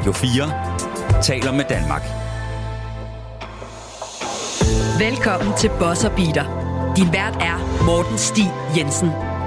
Radio 4 taler med Danmark. Velkommen til Buzzer Beater. Din vært er Morten Stig Jensen.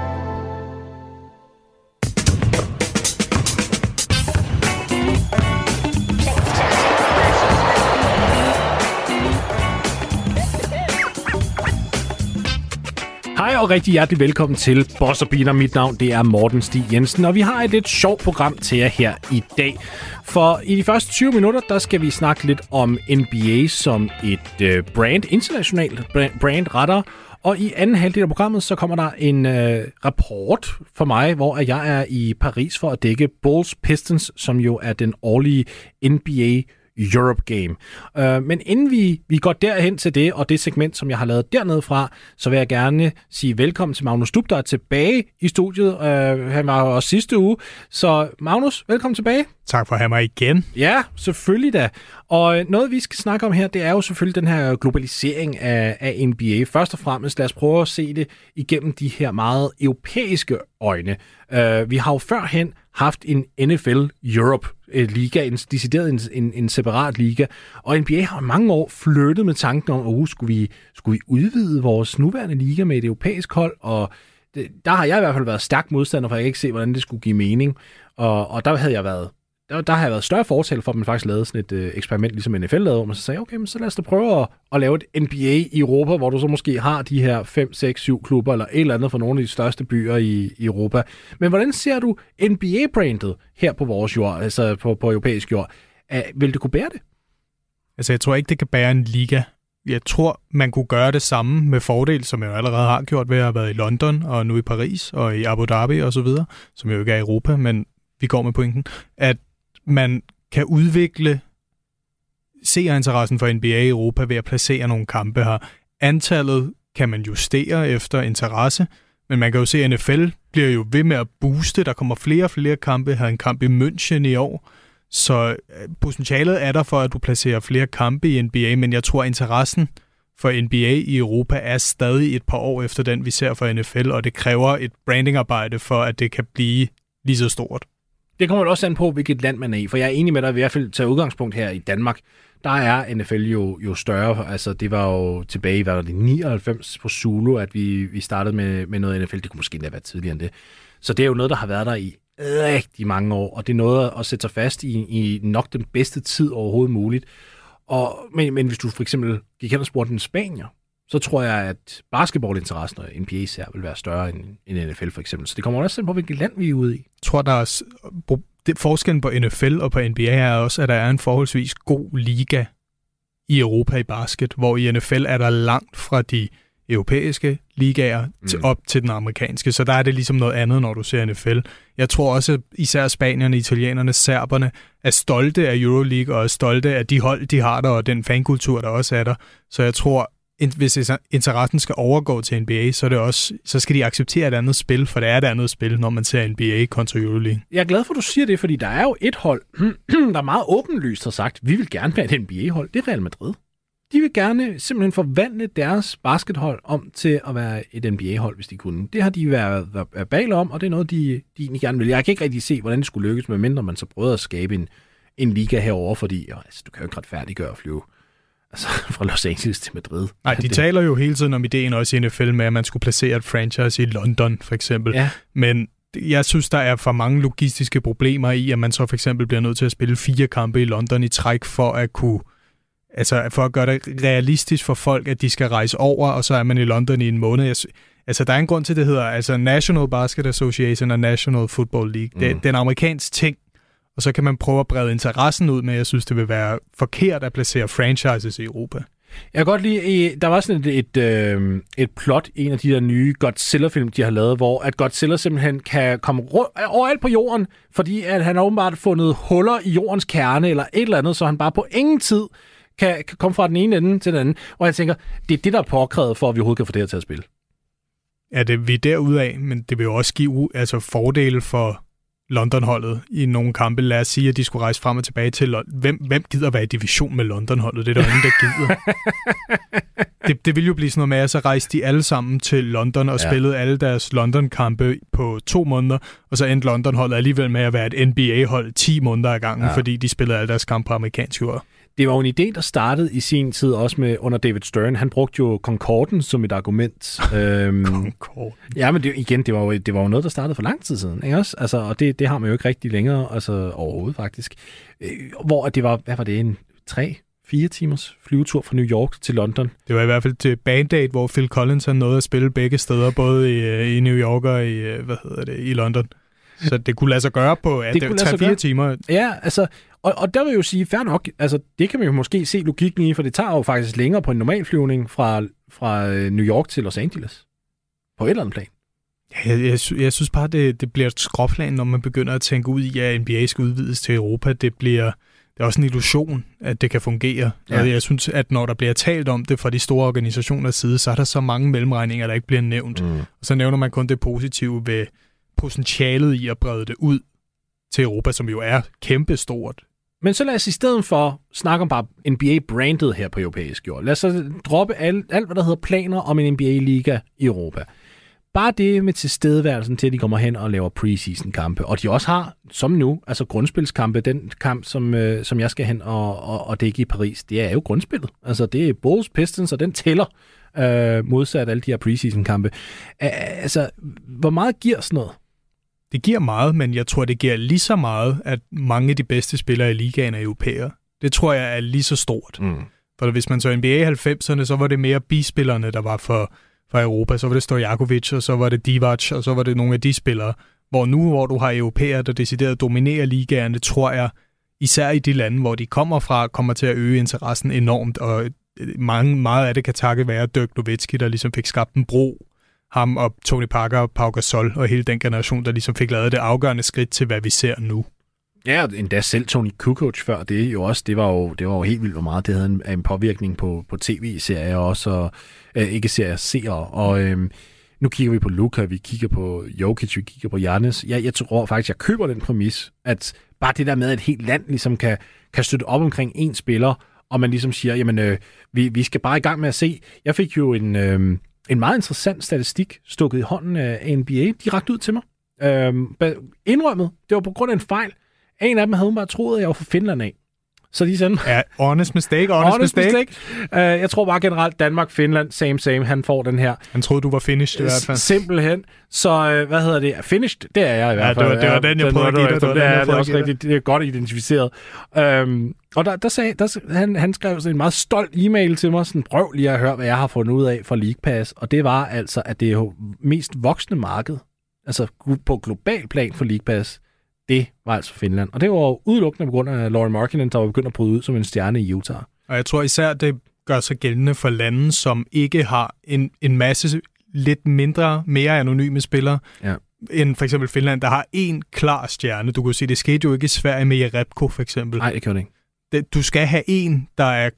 Hej og rigtig hjertelig velkommen til Buzzer Beater. Mit navn det er Morten Stig Jensen, og vi har et lidt sjovt program til jer her i dag. For i de første 20 minutter, der skal vi snakke lidt om NBA som et brand, internationalt brand rettere. Og i anden halvdel af programmet, så kommer der en rapport for mig, hvor jeg er i Paris for at dække Bulls Pistons, som jo er den årlige NBA Europe Game. Men inden vi går derhen til det, og det segment, som jeg har lavet dernede fra, så vil jeg gerne sige velkommen til Magnus Dub, der er tilbage i studiet. Han var jo også sidste uge. Så Magnus, velkommen tilbage. Tak for at have mig igen. Ja, selvfølgelig da. Og noget, vi skal snakke om her, det er jo selvfølgelig den her globalisering af NBA. Først og fremmest, lad os prøve at se det igennem de her meget europæiske øjne. Vi har jo førhen haft en NFL Europe liga, decideret en separat liga, og NBA har mange år flyttet med tanken om, skulle vi udvide vores nuværende liga med et europæisk hold, og der har jeg i hvert fald været stærk modstander, for jeg kan ikke se, hvordan det skulle give mening, og der har jeg været større fortaler for, at man faktisk lavede sådan et eksperiment, ligesom NFL lavede, hvor man så sagde, okay, men så lad os da prøve at lave et NBA i Europa, hvor du så måske har de her 5, 6, 7 klubber, eller et eller andet fra nogle af de største byer i Europa. Men hvordan ser du NBA-brandet her på vores jord, altså på europæisk jord? Vil det kunne bære det? Altså, jeg tror ikke, det kan bære en liga. Jeg tror, man kunne gøre det samme med fordel, som jeg jo allerede har gjort ved at have været i London, og nu i Paris, og i Abu Dhabi og så videre, som jo ikke er i Europa, men vi går med pointen, at man kan udvikle seerinteressen for NBA i Europa ved at placere nogle kampe her. Antallet kan man justere efter interesse, men man kan jo se, at NFL bliver jo ved med at booste. Der kommer flere og flere kampe. Jeg havde en kamp i München i år, så potentialet er der for, at du placerer flere kampe i NBA, men jeg tror, at interessen for NBA i Europa er stadig et par år efter den, vi ser for NFL, og det kræver et brandingarbejde for, at det kan blive lige så stort. Det kommer jo også an på, hvilket land man er i, for jeg er enig med dig, i hvert fald tage udgangspunkt her i Danmark. Der er NFL jo større, altså det var jo tilbage i 99 på Zulu, at vi startede med noget NFL, det kunne måske endda være tidligere end det. Så det er jo noget, der har været der i rigtig mange år, og det er noget at sætte sig fast i nok den bedste tid overhovedet muligt. Men hvis du for eksempel gik hen og spurgte en spanier, så tror jeg, at basketballinteressen og NBA især vil være større end NFL for eksempel. Så det kommer også an på, hvilket land vi er ude i. Jeg tror, der er forskellen på NFL og på NBA er også, at der er en forholdsvis god liga i Europa i basket, hvor i NFL er der langt fra de europæiske ligaer op til den amerikanske. Så der er det ligesom noget andet, når du ser NFL. Jeg tror også, især spanierne, italienerne, serberne er stolte af Euroleague og er stolte af de hold, de har der, og den fankultur, der også er der. Så jeg tror, hvis interessen skal overgå til NBA, så skal de acceptere et andet spil, for det er et andet spil, når man ser NBA kontra Euroleague. Jeg er glad for, at du siger det, fordi der er jo et hold, der meget åbenlyst har sagt, vi vil gerne være et NBA-hold. Det er Real Madrid. De vil gerne simpelthen forvandle deres baskethold om til at være et NBA-hold, hvis de kunne. Det har de været verbale om, og det er noget, de egentlig gerne vil. Jeg kan ikke rigtig se, hvordan det skulle lykkes, medmindre man så prøvede at skabe en liga herover, fordi du kan jo ikke retfærdiggøre at flyve fra Los Angeles til Madrid. Nej, de taler jo hele tiden om ideen også i NFL med, at man skulle placere et franchise i London, for eksempel. Ja. Men jeg synes, der er for mange logistiske problemer i, at man så for eksempel bliver nødt til at spille 4 kampe i London i træk for at gøre det realistisk for folk, at de skal rejse over, og så er man i London i en måned. Der er en grund til, det hedder National Basket Association og National Football League. Det er en amerikansk ting, og så kan man prøve at brede interessen ud, men jeg synes, det vil være forkert at placere franchises i Europa. Jeg kan godt lide, der var sådan et plot i en af de der nye Godzilla-film, de har lavet, hvor at Godzilla simpelthen kan komme overalt på jorden, fordi at han har åbenbart fundet huller i jordens kerne eller et eller andet, så han bare på ingen tid kan komme fra den ene ende til den anden. Og jeg tænker, det er det, der er påkrævet for, at vi overhovedet kan få det her til at spille. Ja, vi er derude af, men det vil jo også give fordele for London-holdet i nogle kampe. Lad os sige, at de skulle rejse frem og tilbage til London. Hvem gider være i division med London-holdet? Det er der ingen, der gider. Det ville jo blive sådan noget med, at så rejste de alle sammen til London og spillede alle deres London-kampe på 2 måneder, og så endte London-holdet alligevel med at være et NBA-hold 10 måneder ad gangen, fordi de spillede alle deres kampe på amerikansk jord. Det var jo en idé, der startede i sin tid også med under David Stern. Han brugte jo Concorden som et argument. Concorde. Ja, men det var jo noget, der startede for lang tid siden, ikke også? Altså, og det har man jo ikke rigtig længere, altså overhovedet faktisk. Hvor det var, hvad var det, en 3-4 timers flyvetur fra New York til London. Det var i hvert fald til Band Aid, hvor Phil Collins har nåede at spille begge steder, både i New York og i London. Så det kunne lade sig gøre på 3-4 timer. Ja, altså, og der vil jeg jo sige, fair nok, altså det kan man jo måske se logikken i, for det tager jo faktisk længere på en normal flyvning fra New York til Los Angeles. På et eller andet plan. Jeg synes bare, det bliver et skråplan, når man begynder at tænke ud i, at NBA skal udvides til Europa. Det er også en illusion, at det kan fungere. Ja. Og jeg synes, at når der bliver talt om det fra de store organisationers side, så er der så mange mellemregninger, der ikke bliver nævnt. Og så nævner man kun det positive ved potentialet i at brede det ud til Europa, som jo er kæmpestort. Men så lad os i stedet for snakke om bare NBA-brandet her på europæisk jord. Lad os så droppe alt, hvad der hedder planer om en NBA-liga i Europa. Bare det med tilstedeværelsen til, at de kommer hen og laver preseason-kampe. Og de også har, som nu, altså grundspilskampe. Den kamp, som jeg skal hen og dække i Paris, det er jo grundspillet. Altså det er Bulls, Pistons, og den tæller modsat alle de her preseason-kampe. Altså, hvor meget giver sådan noget? Det giver meget, men jeg tror, det giver lige så meget, at mange af de bedste spillere i ligaen er europæere. Det tror jeg er lige så stort. For hvis man så NBA i 90'erne, så var det mere bispillerne, der var for Europa. Så var det Stojakovic, og så var det Divac, og så var det nogle af de spillere. Hvor du har europæere, der decideret dominerer ligaerne, tror jeg, især i de lande, hvor de kommer fra, kommer til at øge interessen enormt. Og meget af det kan takke være Dirk Nowitzki, der ligesom fik skabt en bro. Ham og Tony Parker og Pau Gasol og hele den generation, der ligesom fik lavet det afgørende skridt til, hvad vi ser nu. Ja, endda selv Tony Kukoc før det jo også. Det var jo helt vildt, hvor meget det havde en påvirkning på tv-serier også, og ikke serier. Og nu kigger vi på Luka, vi kigger på Jokic, vi kigger på Giannis. Jeg tror faktisk, jeg køber den præmis, at bare det der med, at et helt land ligesom kan støtte op omkring en spiller, og man ligesom siger, jamen, vi skal bare i gang med at se. Jeg fik jo en meget interessant statistik stukket i hånden af NBA. De rakte ud til mig. Indrømmet, det var på grund af en fejl. En af dem havde bare troet, at jeg var fra Finland af. Så de sendte... Ja, honest mistake. Jeg tror bare generelt, Danmark, Finland, same, han får den her. Han troede, du var finished i hvert fald. Simpelthen. Så hvad hedder det? Finished, det er jeg i hvert fald. Det var den, jeg prøvede at give dig. Det er også rigtigt. Det er godt identificeret. Og han skrev sådan en meget stolt e-mail til mig, sådan prøv lige at høre, hvad jeg har fundet ud af for League Pass. Og det var altså, at det er jo mest voksende marked, altså på global plan for League Pass, det var altså Finland. Og det var udelukkende på grund af Lauri Markkanen, der var begyndt at bryde ud som en stjerne i Utah. Og jeg tror især, det gør sig gældende for lande, som ikke har en masse lidt mere anonyme spillere, end for eksempel Finland, der har en klar stjerne. Du kan sige, det skete jo ikke i Sverige med Jerebko, for eksempel. Nej, det gjorde det ikke. Du skal have en, der er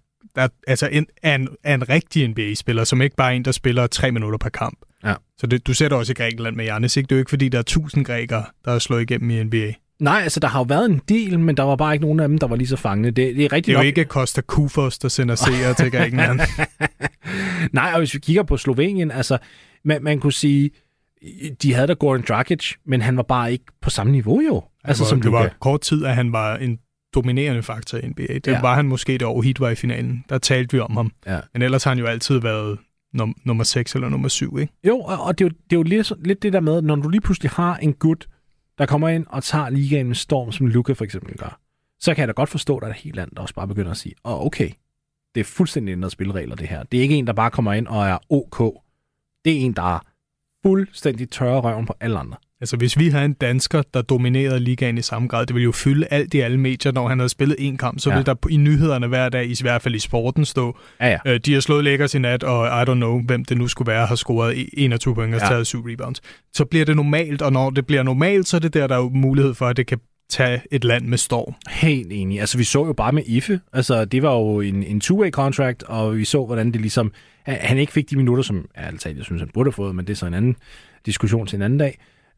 en rigtig NBA-spiller, som ikke bare er en, der spiller 3 minutter per kamp. Ja. Så du ser det også i Grækenland med Giannis, ikke? Det er jo ikke, fordi der er 1000 grækere, der er slået igennem i NBA. Nej, altså der har jo været en del, men der var bare ikke nogen af dem, der var lige så fangende. Det er jo ikke Costa Kufos, der sender seere til Grækenland. Nej, og hvis vi kigger på Slovenien, altså man kunne sige, de havde da Goran Dragic, men han var bare ikke på samme niveau jo. Det var kort tid, at han var en dominerende faktor i NBA. Det var han måske det år Heat var i finalen. Der talte vi om ham. Ja. Men ellers har han jo altid været nummer 6 eller nummer 7, ikke? Jo, og det er jo lidt det der med, når du lige pludselig har en gut, der kommer ind og tager ligaen med storm, som Luka for eksempel gør, så kan jeg da godt forstå, at der er et helt land, der også bare begynder at sige, okay, det er fuldstændig ændret spilleregler, det her. Det er ikke en, der bare kommer ind og er OK. Det er en, der er fuldstændig tørre røven på alle andre. Altså, hvis vi havde en dansker, der dominerede ligaen i samme grad, det ville jo fylde alt i alle medier, når han havde spillet en kamp, så ville der i nyhederne hver dag, i hvert fald i sporten, stå, de har slået Lakers i nat, og I don't know, hvem det nu skulle være, har scoret 21 point og taget 7 rebounds. Så bliver det normalt, og når det bliver normalt, så er det der er jo mulighed for, at det kan tage et land med storm. Helt enig. Altså, vi så jo bare med Ife. Altså, det var jo en two-way contract, og vi så, hvordan det ligesom... Han ikke fik de minutter, som jeg synes, han burde have fået, men det er så en anden diskussion til en anden dag.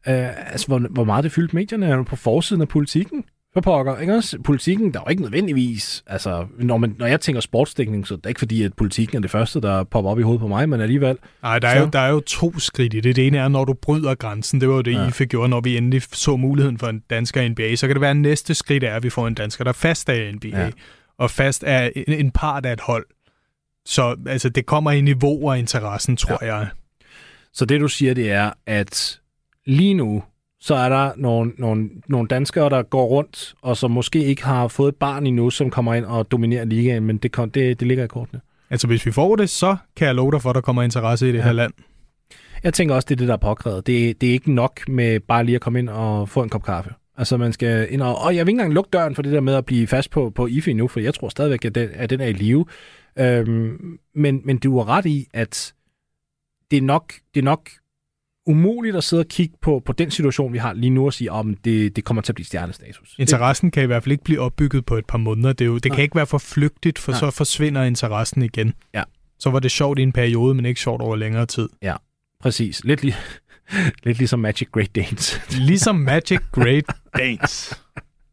Altså, hvor meget det fyldte medierne er på forsiden af Politikken. For pokker, ikke også? Politikken, der er jo ikke nødvendigvis... Altså, når jeg tænker sportsdækning, så er det ikke fordi, at Politikken er det første, der popper op i hovedet på mig, men alligevel... Nej, der er jo 2 skridt i det. Det ene er, når du bryder grænsen. Det var jo det, I fik gjort, når vi endelig så muligheden for en dansker i NBA. Så kan det være, at næste skridt er, at vi får en dansker, der fast er i NBA. Ja. Og fast er en part af et hold. Så altså, det kommer i niveau af interessen, tror jeg. Så det, du siger, det er, at lige nu, så er der nogle danskere, der går rundt, og som måske ikke har fået et barn endnu, som kommer ind og dominerer ligaen, men det ligger i kortene. Altså, hvis vi får det, så kan jeg love dig for, at der kommer interesse i det her land. Jeg tænker også, det er det, der er påkrævet. Det er ikke nok med bare lige at komme ind og få en kop kaffe. Altså, man skal ind og jeg vil ikke engang lukke døren for det der med at blive fast på IFI nu, for jeg tror stadigvæk, at den er i live. Men du har ret i, at det er nok umuligt at sidde og kigge på den situation, vi har lige nu, og sige, om det kommer til at blive stjernestatus. Interessen kan i hvert fald ikke blive opbygget på et par måneder. Det kan ikke være for flygtigt, for så forsvinder interessen igen. Ja. Så var det sjovt i en periode, men ikke sjovt over længere tid. Ja, præcis. Lidt ligesom Magic Great Danes. Ligesom Magic Great Danes.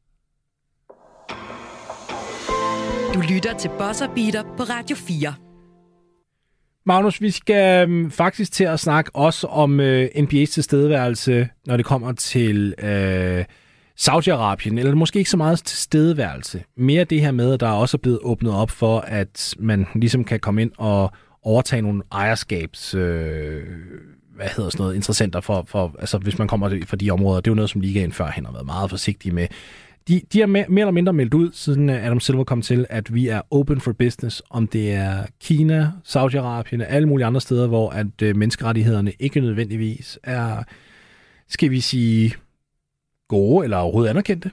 Du lytter til Buzzer Beater på Radio 4. Magnus, vi skal faktisk til at snakke også om NBA's tilstedeværelse, når det kommer til Saudi-Arabien, eller måske ikke så meget tilstedeværelse. Mere det her med, at der også er blevet åbnet op for, at man ligesom kan komme ind og overtage nogle ejerskabs... interessenter for altså hvis man kommer fra de områder. Det er jo noget, som ligaen førhen har været meget forsigtige med. De har mere eller mindre meldt ud, siden Adam Silver kom til, at vi er open for business, om det er Kina, Saudi-Arabien og alle mulige andre steder, hvor at menneskerettighederne ikke nødvendigvis er, skal vi sige, gode eller overhovedet anerkendte.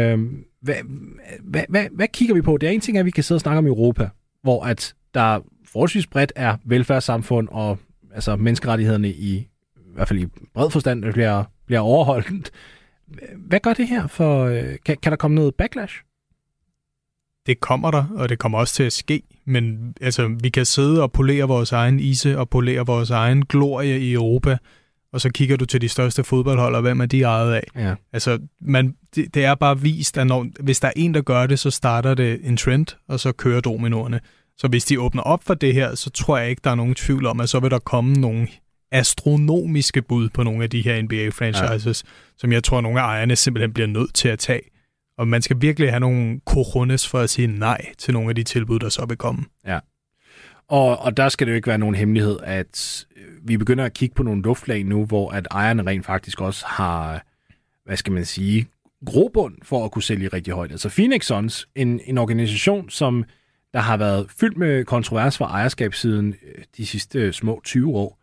Hvad kigger vi på? Det er en ting, at vi kan sidde og snakke om Europa, hvor at der forholdsvis bredt er velfærdssamfund, og altså menneskerettighederne i hvert fald i bred forstand bliver overholdt. Hvad gør det her for... Kan der komme noget backlash? Det kommer der, og det kommer også til at ske. Men altså, vi kan sidde og polere vores egen ise og polere vores egen glorie i Europa, og så kigger du til de største fodboldhold, og hvem er de ejet af? Ja. Altså, det er bare vist, at hvis der er en, der gør det, så starter det en trend, og så kører dominoerne. Så hvis de åbner op for det her, så tror jeg ikke, der er nogen tvivl om, at så vil der komme nogle astronomiske bud på nogle af de her NBA-franchises, som jeg tror, nogle af ejerne simpelthen bliver nødt til at tage. Og man skal virkelig have nogle cojones for at sige nej til nogle af de tilbud, der så vil komme. Ja. Og der skal det jo ikke være nogen hemmelighed, at vi begynder at kigge på nogle luftlag nu, hvor at ejerne rent faktisk også har, hvad skal man sige, grobund for at kunne sælge rigtig højt. Altså Phoenix Suns, en organisation, som der har været fyldt med kontrovers for ejerskabssiden de sidste små 20 år.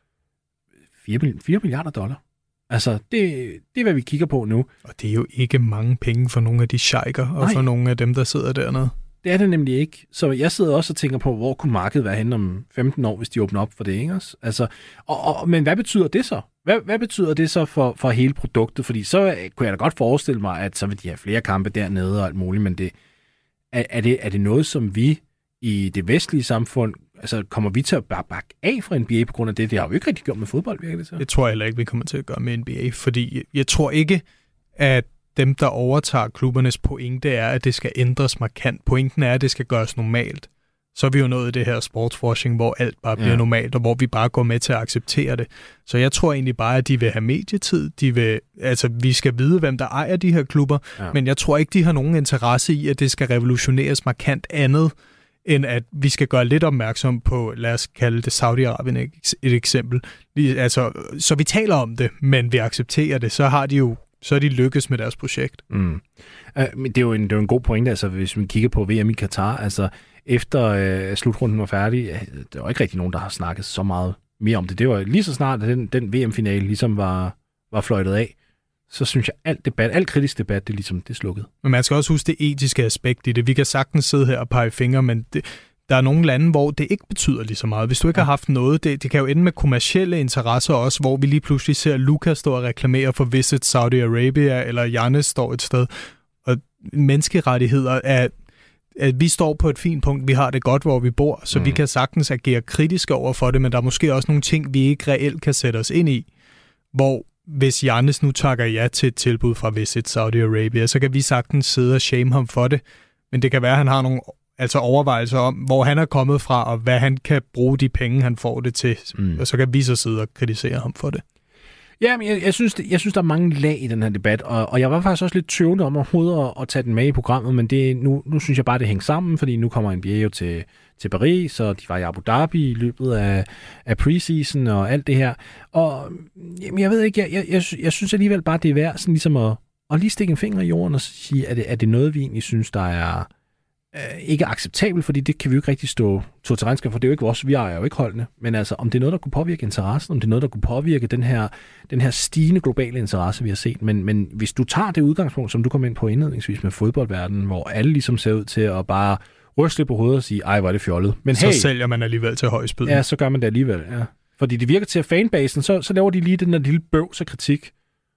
$4 milliarder. Altså, det er, hvad vi kigger på nu. Og det er jo ikke mange penge for nogle af de sheiker, og for nogle af dem, der sidder dernede. Det er det nemlig ikke. Så jeg sidder også og tænker på, hvor kunne markedet være henne om 15 år, hvis de åbner op for det, ikke også? Altså, men hvad betyder det så? Hvad betyder det så for hele produktet? Fordi så kunne jeg da godt forestille mig, at så vil de have flere kampe dernede og alt muligt, men er det noget, som vi i det vestlige samfund, altså kommer vi til at bakke af fra NBA på grund af det? Det har jo ikke rigtig gjort med fodbold, virkelig så. Det tror jeg heller ikke, vi kommer til at gøre med NBA, fordi jeg tror ikke, at dem, der overtager klubbernes pointe, er, at det skal ændres markant. Pointen er, at det skal gøres normalt. Så er vi jo nået i det her sportswashing, hvor alt bare bliver normalt, og hvor vi bare går med til at acceptere det. Så jeg tror egentlig bare, at de vil have medietid. Vi skal vide, hvem der ejer de her klubber, men jeg tror ikke, de har nogen interesse i, at det skal revolutioneres markant andet, end at vi skal gøre lidt opmærksom på, lad os kalde det Saudi-Arabien et eksempel. Altså, så vi taler om det, men vi accepterer det, så er de lykkes med deres projekt. Men det er jo en god pointe, altså hvis vi kigger på VM i Katar, altså efter slutrunden var færdig, der var ikke rigtig nogen, der har snakket så meget mere om det. Det var lige så snart, at den VM-finale ligesom var fløjtet af, så synes jeg, al kritisk debat, det slukkede. Men man skal også huske det etiske aspekt i det. Vi kan sagtens sidde her og pege fingre, men der er nogle lande, hvor det ikke betyder lige så meget. Hvis du ikke har haft noget, det kan jo ende med kommercielle interesser også, hvor vi lige pludselig ser Luka stå og reklamere for Visit Saudi Arabia, eller Giannis står et sted. Og menneskerettigheder er, at vi står på et fint punkt, vi har det godt, hvor vi bor, så vi kan sagtens agere kritiske over for det, men der er måske også nogle ting, vi ikke reelt kan sætte os ind i, hvor hvis Giannis nu takker ja til et tilbud fra Visit Saudi Arabia, så kan vi sagtens sidde og shame ham for det. Men det kan være, at han har nogle overvejelser om, hvor han er kommet fra, og hvad han kan bruge de penge, han får det til. Og så kan vi så sidde og kritisere ham for det. Ja, men jeg synes, der er mange lag i den her debat, og jeg var faktisk også lidt tøvende om overhovedet at tage den med i programmet, men nu synes jeg bare, det hænger sammen, fordi nu kommer NBA jo til Paris, og de var i Abu Dhabi i løbet af preseason og alt det her. Og jamen, jeg ved ikke, jeg synes alligevel bare, det er værd sådan ligesom at lige stikke en finger i jorden og sige, er det noget, vi egentlig synes, der er ikke acceptabelt, fordi det kan vi jo ikke rigtig stå til regnskab for. Det er jo ikke vores, vi ejer jo ikke holdene, men altså, om det er noget, der kunne påvirke interessen, om det er noget, der kunne påvirke den her stigende globale interesse, vi har set. Men hvis du tager det udgangspunkt, som du kom ind på indledningsvis med fodboldverdenen, hvor alle ligesom ser ud til at bare ryste på hovedet og sige, ej, hvor er det fjollet. Men så sælger man alligevel til højspyd. Ja, så gør man det alligevel, ja. Fordi det virker til, at fanbasen, så laver de lige den der lille bøvs af kritik.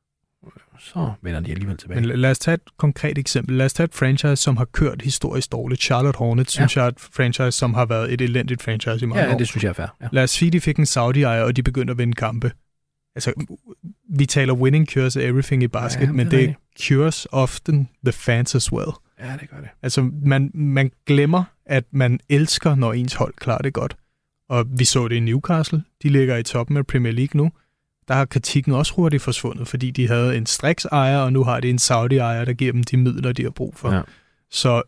Så vender de alligevel tilbage. Men lad os tage et konkret eksempel. Lad os tage et franchise, som har kørt historisk dårligt. Charlotte Hornets, synes jeg, er et franchise, som har været et elendigt franchise i mange år. Ja, det synes jeg er fair. Ja. Lad os sige, de fik en Saudi-ejer, og de begyndte at vinde kampe. Altså, vi taler winning cures everything i basket, men det cures often the fans as well. Ja, det gør det. Altså, man glemmer, at man elsker, når ens hold klarer det godt. Og vi så det i Newcastle. De ligger i toppen af Premier League nu. Der har kritikken også hurtigt forsvundet, fordi de havde en Strix-ejer, og nu har de en Saudi-ejer, der giver dem de midler, de har brug for. Ja. Så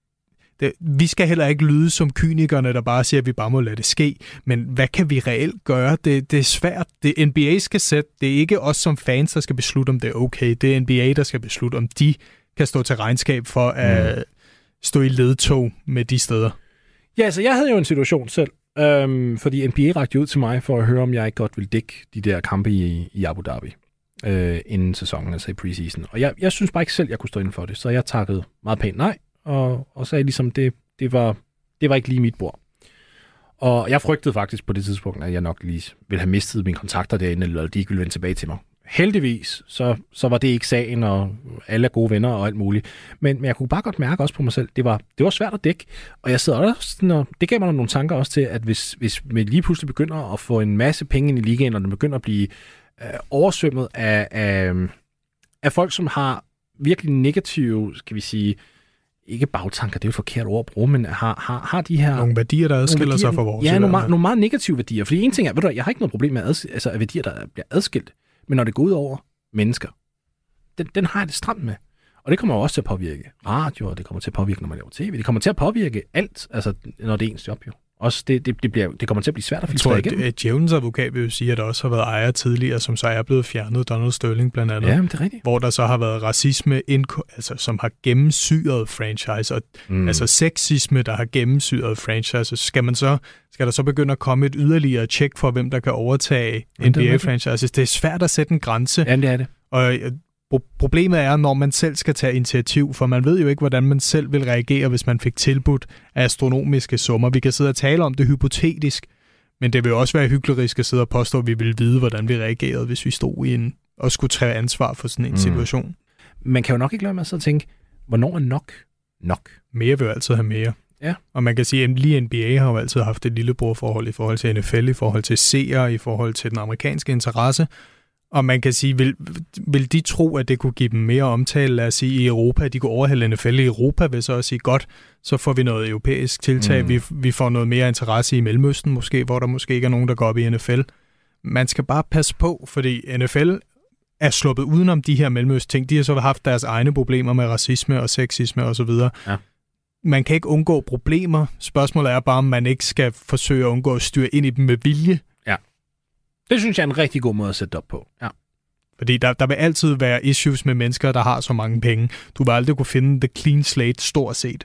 vi skal heller ikke lyde som kynikerne, der bare siger, at vi bare må lade det ske. Men hvad kan vi reelt gøre? Det er svært. Det NBA skal sætte. Det er ikke os som fans, der skal beslutte, om det er okay. Det er NBA, der skal beslutte, om de kan stå til regnskab for at stå i ledtog med de steder. Ja, så jeg havde jo en situation selv, fordi NBA rakte ud til mig for at høre, om jeg ikke godt ville dække de der kampe i Abu Dhabi inden sæsonen, altså i preseason. Og jeg synes bare ikke selv, jeg kunne stå inden for det, så jeg takkede meget pænt nej, og sagde ligesom, det var ikke lige mit bord. Og jeg frygtede faktisk på det tidspunkt, at jeg nok lige ville have mistet mine kontakter derinde, eller de ikke ville vende tilbage til mig. Heldigvis, så var det ikke sagen, og alle er gode venner og alt muligt. Men jeg kunne bare godt mærke også på mig selv, det var svært at dække. Og jeg sidder også sådan, og det gav mig nogle tanker også til, at hvis vi lige pludselig begynder at få en masse penge ind i ligaen, og den begynder at blive oversvømmet af folk, som har virkelig negative, skal vi sige, ikke bagtanker, det er jo et forkert ord at bruge, men har de her... Nogle værdier, der adskiller sig fra vores. Ja, nogle meget negative værdier. Fordi en ting er, ved du, jeg har ikke noget problem med at værdier, der bliver adskilt. Men når det går ud over mennesker, den har jeg det stramt med. Og det kommer også til at påvirke radio, og det kommer til at påvirke, når man laver tv. Det kommer til at påvirke alt, altså når det er ens job jo. Også det kommer til at blive svært at filtrere igennem. Jeg tror, at Djævelens advokat vil jo sige, at der også har været ejere tidligere, som så er blevet fjernet, Donald Sterling blandt andet. Ja, det er rigtigt. Hvor der så har været racisme, som har gennemsyret franchise, og altså sexisme, der har gennemsyret franchise. Skal der så begynde at komme et yderligere tjek for, hvem der kan overtage NBA-franchises? Det er svært at sætte en grænse. Ja, det er det. Og problemet er, når man selv skal tage initiativ, for man ved jo ikke, hvordan man selv vil reagere, hvis man fik tilbudt astronomiske summer. Vi kan sidde og tale om det hypotetisk, men det vil også være hyklerisk at sidde og påstå, at vi vil vide, hvordan vi reagerede, hvis vi stod i og skulle tage ansvar for sådan en situation. Man kan jo nok ikke lade mig så tænke, hvornår er nok? Mere vil jo altid have mere. Ja. Og man kan sige, at lige NBA har jo altid haft et lillebrorforhold i forhold til NFL, i forhold til seere, i forhold til den amerikanske interesse. Og man kan sige, vil de tro, at det kunne give dem mere omtale, lad os sige, i Europa, at de kunne overhælde NFL i Europa, vil så også sige, godt, så får vi noget europæisk tiltag, vi får noget mere interesse i Mellemøsten måske, hvor der måske ikke er nogen, der går op i NFL. Man skal bare passe på, fordi NFL er sluppet udenom de her Mellemøst-ting. De har så haft deres egne problemer med racisme og sexisme osv. Ja. Man kan ikke undgå problemer. Spørgsmålet er bare, om man ikke skal forsøge at undgå at styre ind i dem med vilje. Det synes jeg er en rigtig god måde at sætte op på. Ja. Fordi der vil altid være issues med mennesker, der har så mange penge. Du vil aldrig kunne finde the clean slate stort set.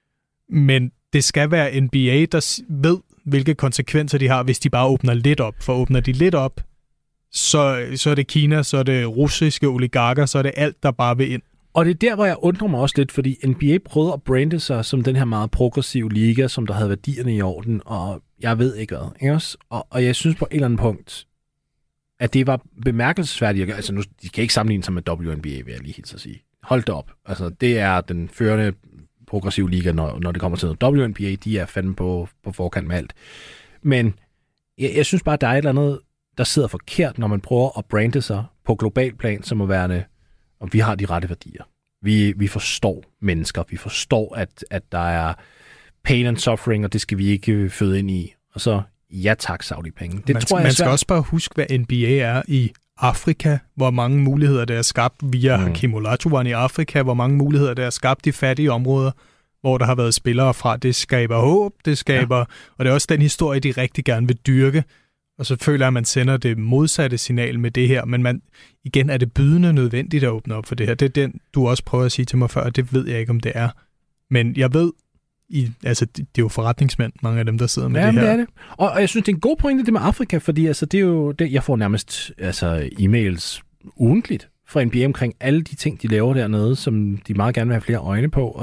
Men det skal være NBA, der ved, hvilke konsekvenser de har, hvis de bare åbner lidt op. For åbner de lidt op, så er det Kina, så er det russiske oligarker, så er det alt, der bare vil ind. Og det er der, hvor jeg undrer mig også lidt, fordi NBA prøvede at brande sig som den her meget progressive liga, som der havde værdierne i orden, og jeg ved ikke hvad. Ikke også? Og jeg synes på et eller andet punkt, at det var bemærkelsesværdigt. Altså nu, de kan ikke sammenligne sig med WNBA, vil jeg lige helt så sige. Hold da op. Altså, det er den førende progressive liga, når det kommer til noget. WNBA, de er fandme på forkant med alt. Men jeg synes bare, at der er et eller andet der sidder forkert, når man prøver at brande sig på global plan, som må være, og vi har de rette værdier. Vi forstår mennesker, vi forstår, at der er pain and suffering, og det skal vi ikke føde ind i. Og så, ja tak, Saudi-penge. Man skal også bare huske, hvad NBA er i Afrika, hvor mange muligheder der er skabt via Hakeem Olajuwon i Afrika, hvor mange muligheder der er skabt i fattige områder, hvor der har været spillere fra. Det skaber håb, det skaber, og det er også den historie, de rigtig gerne vil dyrke. Og så føler jeg, at man sender det modsatte signal med det her, men igen er det bydende nødvendigt at åbne op for det her. Det er den, du også prøver at sige til mig før, og det ved jeg ikke, om det er. Men jeg ved, det er jo forretningsmænd, mange af dem, der sidder med det her. Ja, det er det. Og jeg synes, det er en god pointe, det med Afrika, fordi det er jo det, jeg får nærmest e-mails ugentligt fra NBA omkring alle de ting, de laver dernede, som de meget gerne vil have flere øjne på.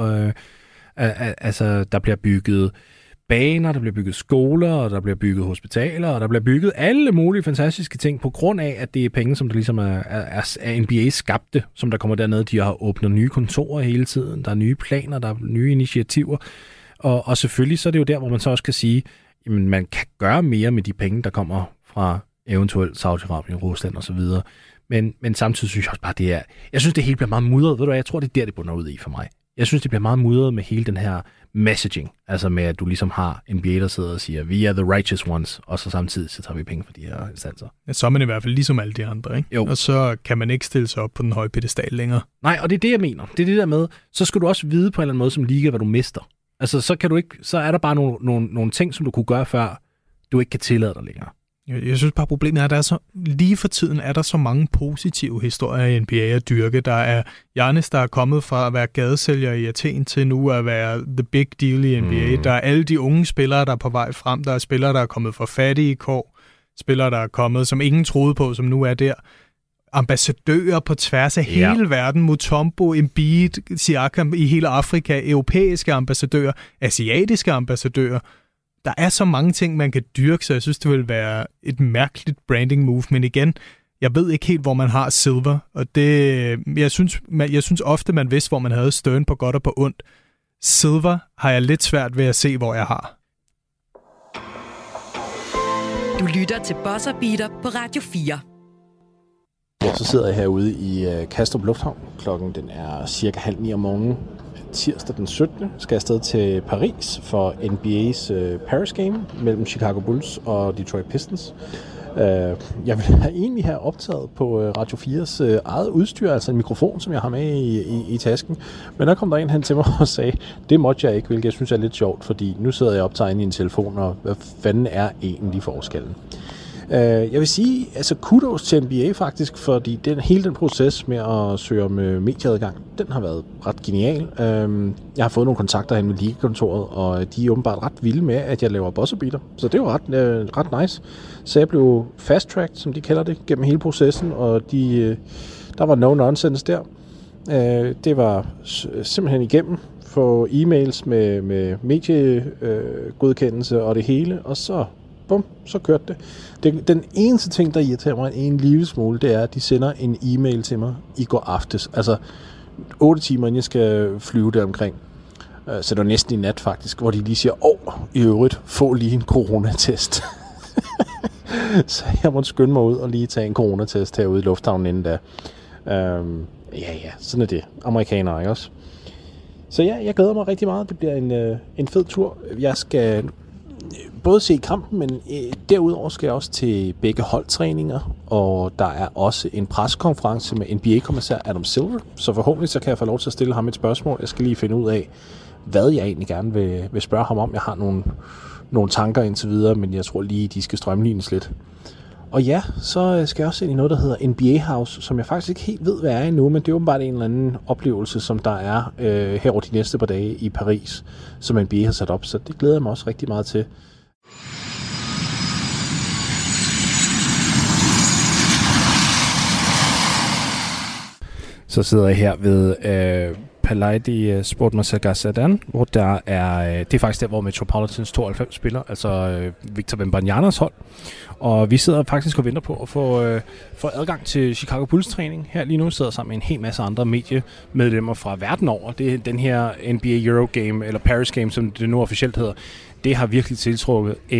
Der bliver bygget baner, der bliver bygget skoler, og der bliver bygget hospitaler, og der bliver bygget alle mulige fantastiske ting på grund af, at det er penge, som der ligesom er NBA skabte, som der kommer dernede. De har åbnet nye kontorer hele tiden, der er nye planer, der er nye initiativer, og selvfølgelig så er det jo der, hvor man så også kan sige, jamen man kan gøre mere med de penge, der kommer fra eventuelt Saudi-Arabien, Rusland og så videre. Men samtidig synes jeg også bare, jeg synes, det hele bliver meget mudret. Ved du hvad, jeg tror, det er der, det bunder ud i for mig. Jeg synes, det bliver meget mudret med hele den her messaging, altså med, at du ligesom har NBA, der sidder og siger, vi er the righteous ones, og så samtidig så tager vi penge for de her instanser. Ja, så er man i hvert fald ligesom alle de andre, ikke? Jo. Og så kan man ikke stille sig op på den høje pedestal længere. Nej, og det er det, jeg mener. Det er det der med, så skal du også vide på en eller anden måde som liga, hvad du mister. Altså, så er der bare nogle ting, som du kunne gøre før, du ikke kan tillade dig længere. Jeg synes bare, problemet er, at lige for tiden er der så mange positive historier i NBA at dyrke. Der er Giannis, der er kommet fra at være gadesælger i Athen til nu at være the big deal i NBA. Der er alle de unge spillere, der er på vej frem. Der er spillere, der er kommet fra fattige kår. Spillere, der er kommet, som ingen troede på, som nu er der. Ambassadører på tværs af hele verden. Mutombo, Embiid, Siakam i hele Afrika. Europæiske ambassadører. Asiatiske ambassadører. Der er så mange ting, man kan dyrke, så jeg synes, det vil være et mærkeligt branding move. Men igen, jeg ved ikke helt, hvor man har Silver. Og jeg synes ofte, man vidste, hvor man havde Stern på godt og på ondt. Silver har jeg lidt svært ved at se, hvor jeg har. Du lytter til Buzzer Beater på Radio 4. Ja, så sidder jeg herude i Kastrup Lufthavn. Klokken den er cirka 8:30 om morgenen. Tirsdag den 17. skal jeg afsted til Paris for NBA's Paris Game mellem Chicago Bulls og Detroit Pistons. Jeg ville egentlig have optaget på Radio 4's eget udstyr, altså en mikrofon, som jeg har med i tasken. Men der kom der en hen til mig og sagde, det måtte jeg ikke, hvilket jeg synes er lidt sjovt, fordi nu sidder jeg optaget i en telefon, og hvad fanden er egentlig forskellen? Jeg vil sige, altså kudos til NBA faktisk, fordi hele den proces med at søge om medieadgang, den har været ret genial. Jeg har fået nogle kontakter hen med ligakontoret, og de er åbenbart ret vilde med, at jeg laver buzzer-beater. Så det var ret nice. Så jeg blev fast-tracked, som de kalder det, gennem hele processen, og der var no nonsense der. Det var simpelthen igennem få e-mails med mediegodkendelse og det hele, og så bum, så kørte det. Den eneste ting, der irriterer mig en lille smule, det er, at de sender en e-mail til mig i går aftes. Altså 8 timer, inden jeg skal flyve der omkring. Så det var næsten i nat faktisk, hvor de lige siger, i øvrigt, få lige en coronatest. Så jeg måtte skynde mig ud og lige tage en coronatest herude i lufthavnen inden da. Sådan er det. Amerikanere, ikke også? Så ja, jeg glæder mig rigtig meget. Det bliver en fed tur. Jeg skal både se kampen, men derudover skal jeg også til begge holdtræninger, og der er også en pressekonference med NBA-kommissær Adam Silver, så forhåbentlig så kan jeg få lov til at stille ham et spørgsmål. Jeg skal lige finde ud af, hvad jeg egentlig gerne vil spørge ham om. Jeg har nogle tanker indtil videre, men jeg tror lige, de skal strømlines lidt. Og ja, så skal jeg også ind i noget, der hedder NBA House, som jeg faktisk ikke helt ved, hvad er endnu, men det er åbenbart en eller anden oplevelse, som der er her over de næste par dage i Paris, som NBA har sat op, så det glæder jeg mig også rigtig meget til. Så sidder jeg her ved Palais de Sport Massacre Sedan, hvor det er faktisk der, hvor Metropolitans 92 spiller, altså Victor Wembanyama's hold. Og vi sidder faktisk og venter på at få adgang til Chicago Bulls træning. Her lige nu sidder sammen med en hel masse andre mediemedlemmer fra verden over. Det er den her NBA Euro Game, eller Paris Game, som det nu officielt hedder. Det har virkelig tiltrukket en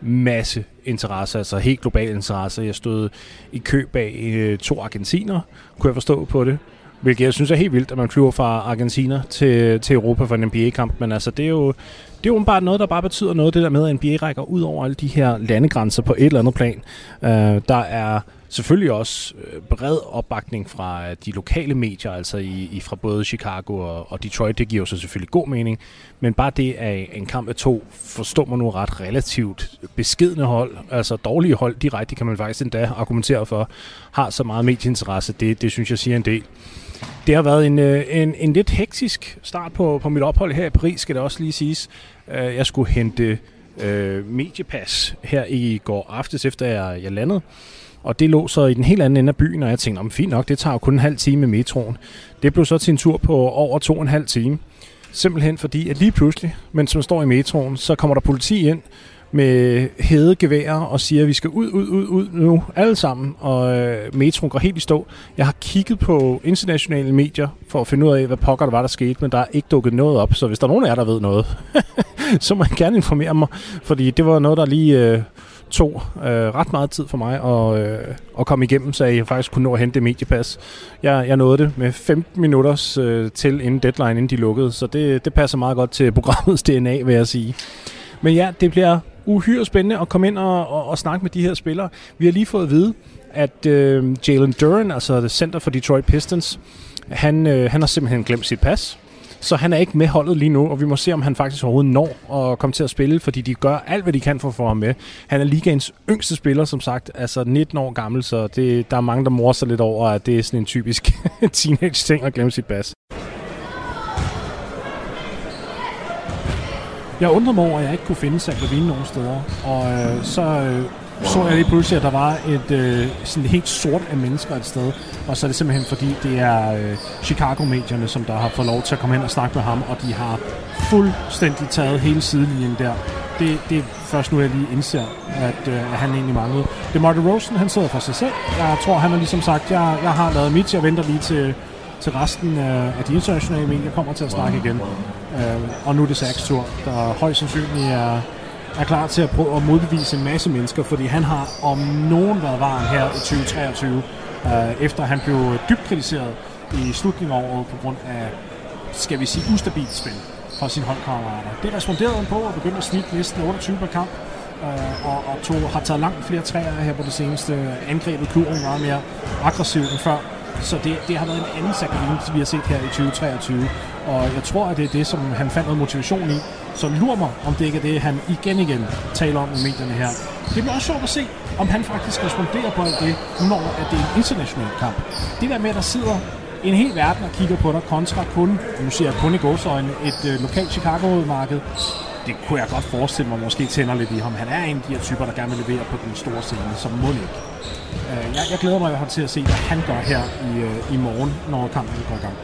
masse interesse, altså helt global interesse. Jeg stod i kø bag 2 argentinere, kunne jeg forstå på det. Hvilket jeg synes er helt vildt, at man flyver fra Argentina til Europa for en NBA-kamp. Men altså, det er jo bare noget, der bare betyder noget, det der med, at NBA rækker ud over alle de her landegrænser på et eller andet plan. Der er selvfølgelig også bred opbakning fra de lokale medier, altså fra både Chicago og Detroit. Det giver jo så selvfølgelig god mening. Men bare det af en kamp af 2, forstår man nu ret relativt beskedne hold, altså dårlige hold direkte, kan man faktisk endda argumentere for, har så meget medieinteresse. Det synes jeg siger en del. Det har været en lidt hektisk start på mit ophold her i Paris, skal det også lige siges. Jeg skulle hente mediepas her i går aftes, efter jeg landede. Og det lå så i den helt anden ende af byen, og jeg tænkte, fint nok, det tager jo kun en halv time med metroen. Det blev så til en tur på over 2,5 timer. Simpelthen fordi, at lige pludselig, mens man står i metroen, så kommer der politi ind med hædegeværer og siger, at vi skal ud nu, alle sammen, og metroen går helt i stå. Jeg har kigget på internationale medier for at finde ud af, hvad pokker der var, der skete, men der er ikke dukket noget op, så hvis der er nogen af jer, der ved noget, så må jeg gerne informere mig, fordi det var noget, der lige tog ret meget tid for mig at komme igennem, så jeg faktisk kunne nå at hente det mediepas. Jeg nåede det med 15 minutters til inden deadline, inden de lukkede, så det passer meget godt til programmets DNA, vil jeg sige. Men ja, det bliver uhyre spændende at komme ind og snakke med de her spillere. Vi har lige fået at vide, at Jalen Duren, altså det center for Detroit Pistons, han har simpelthen glemt sit pas. Så han er ikke med holdet lige nu, og vi må se, om han faktisk overhovedet når at komme til at spille, fordi de gør alt, hvad de kan for at få ham med. Han er ligaens yngste spiller, som sagt, altså 19 år gammel, så der er mange, der morer sig lidt over, at det er sådan en typisk teenage-ting at glemme sit pas. Jeg undrede mig over, at jeg ikke kunne finde Zach LaVine nogen steder, og så jeg lige pludselig, at der var et sådan helt sort af mennesker et sted, og så er det simpelthen fordi, det er Chicago-medierne, som der har fået lov til at komme hen og snakke med ham, og de har fuldstændig taget hele sidelinjen der. Det er først nu, jeg lige indser, at han egentlig manglede. DeMar DeRozan, han sidder for sig selv. Jeg tror, han har ligesom sagt, jeg har lavet mit, jeg venter lige til resten af de internationale medier kommer til at snakke igen. Og nu er det Zachs tur, der højst sandsynligt er klar til at prøve at modbevise en masse mennesker, fordi han har om nogen været varen her i 2023, efter han blev dybt kritiseret i slutningen af året på grund af, skal vi sige, ustabilt spil fra sine holdkammerater. Det responderede han på og begyndte at snitte næsten 28 per kamp, og har taget langt flere træer her på det seneste. Angrebet klubben meget mere aggressivt end før. Så det har været en anden Zach LaVine, vi har set her i 2023. Og jeg tror, at det er det, som han fandt noget motivation i. Så lurer mig, om det ikke er det, han igen taler om i medierne her. Det bliver også sjovt at se, om han faktisk responderer på alt det, når at det er en international kamp. Det der med, at der sidder en hel verden og kigger på dig, kontra kun, nu siger jeg kun i gåseøjne, et lokalt Chicago-marked. Det kunne jeg godt forestille mig, måske tænder lidt i ham. Han er en af de her typer, der gerne vil levere på den store scene, som må ikke. Jeg glæder mig til at se, hvad han gør her i morgen, når kampen går i gang.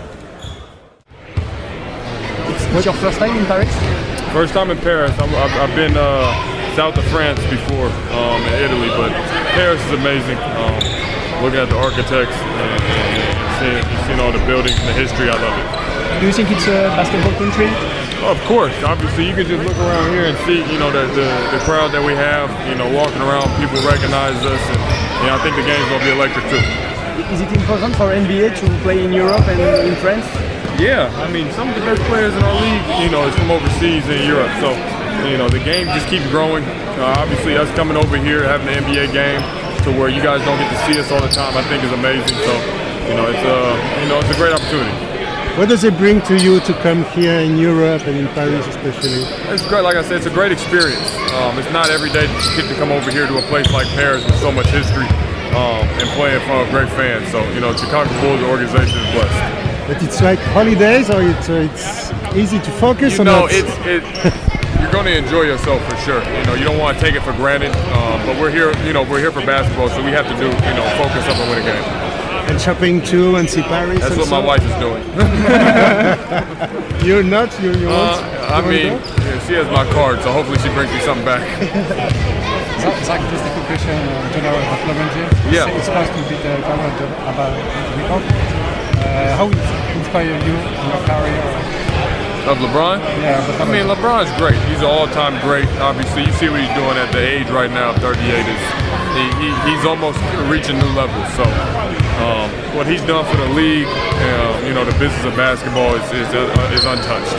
What's your first time in Paris? First time in Paris. I've been south of France before, in Italy, but Paris is amazing. Looking at the architects and seeing all the buildings and the history, I love it. Do you think it's a basketball country? Of course, obviously you can just look around here and see, the crowd that we have, walking around, people recognize us, and I think the game's gonna be electric too. Is it important for NBA to play in Europe and in France? Yeah, I mean, some of the best players in our league, is from overseas in Europe, so, the game just keeps growing. Obviously us coming over here, having the NBA game to where you guys don't get to see us all the time, I think is amazing, so, it's a great opportunity. What does it bring to you to come here in Europe and in Paris especially? It's great, like I said, it's a great experience. It's not every day that you get to come over here to a place like Paris with so much history and play in front of great fans. So, Chicago Bulls organization is blessed. But it's like holidays, or it's easy to focus on that? You're going to enjoy yourself for sure. You don't want to take it for granted. But we're here, we're here for basketball, so we have to do, focus up and win a game. And shopping too and see Paris. That's what my wife is doing. You're not? You won't? I mean, she has my card, so hopefully she brings me something back. Zach, just a quick question, general development here. Yeah. It's supposed to be the cover about the record. How it inspired you in your career? Of LeBron? Yeah. I mean, LeBron's great. He's an all-time great. Obviously, you see what he's doing at the age right now of 38. He's almost reaching new levels. So what he's done for the league, the business of basketball is untouched.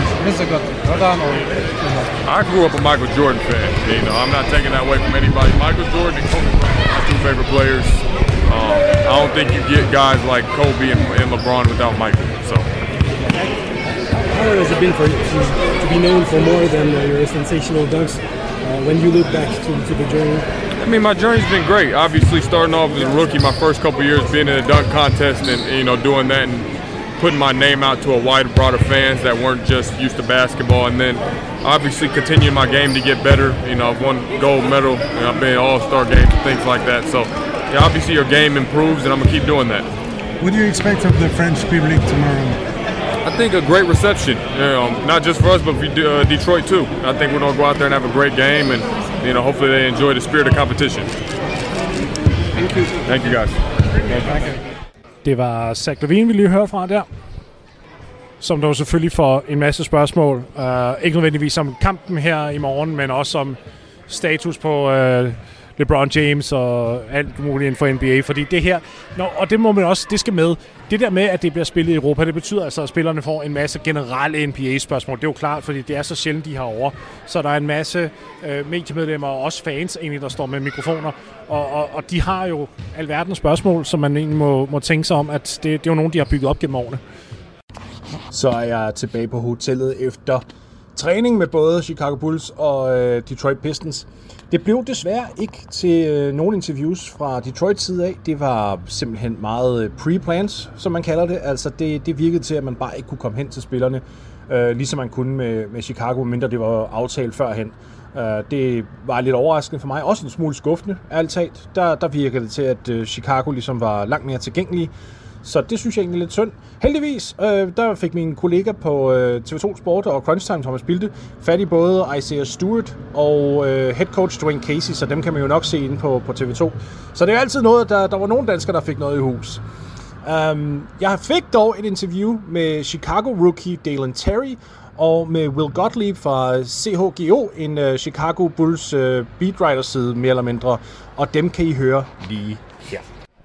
I grew up a Michael Jordan fan. I'm not taking that away from anybody. Michael Jordan and Kobe Bryant are my two favorite players. I don't think you get guys like Kobe and LeBron without Michael. So. How has it been for you to be known for more than your sensational dunks? When you look back to the journey? I mean, my journey's been great. Obviously, starting off as a rookie, my first couple years being in a dunk contest and doing that and putting my name out to a wide, broader fans that weren't just used to basketball, and then obviously continuing my game to get better. I've won gold medal, and I've been in all-star games and things like that. So, obviously, your game improves, and I'm gonna keep doing that. What do you expect of the French public tomorrow? I think a great reception, not just for us, but for Detroit too. I think we're gonna go out there and have a great game, and hopefully they enjoy the spirit of competition. Thank you. Thank you guys. Det var Zach LaVine, vi lige hørte fra der, som der selvfølgelig får en masse spørgsmål. Ikke nødvendigvis om kampen her i morgen, men også om status på LeBron James og alt muligt inden for NBA, fordi det her, og det må man også, det skal med. Det der med, at det bliver spillet i Europa, det betyder altså, at spillerne får en masse generelle NBA-spørgsmål. Det er jo klart, fordi det er så sjældent, de har over. Så der er en masse mediemedlemmer og også fans, egentlig, der står med mikrofoner, og de har jo alverdens spørgsmål, som man egentlig må tænke sig om, at det er jo nogen, de har bygget op gennem årene. Så er jeg tilbage på hotellet efter træning med både Chicago Bulls og Detroit Pistons. Det blev desværre ikke til nogen interviews fra Detroits side af. Det var simpelthen meget pre-plans, som man kalder det. Altså det virkede til, at man bare ikke kunne komme hen til spillerne, ligesom man kunne med Chicago, mindre det var aftalt førhen. Det var lidt overraskende for mig. Også en smule skuffende, ærligt talt. Der virkede det til, at Chicago ligesom var langt mere tilgængelige. Så det synes jeg egentlig er lidt synd. Heldigvis, der fik min kollega på TV2 Sport og Crunch Time, Thomas Bilde, fat i både Isaiah Stewart og head coach Dwayne Casey, så dem kan man jo nok se inde på TV2. Så det er jo altid noget, der var nogle danskere, der fik noget i hus. Jeg fik dog et interview med Chicago-rookie Dalen Terry og med Will Gottlieb fra CHGO, en Chicago Bulls beatwriter-side mere eller mindre, og dem kan I høre lige her.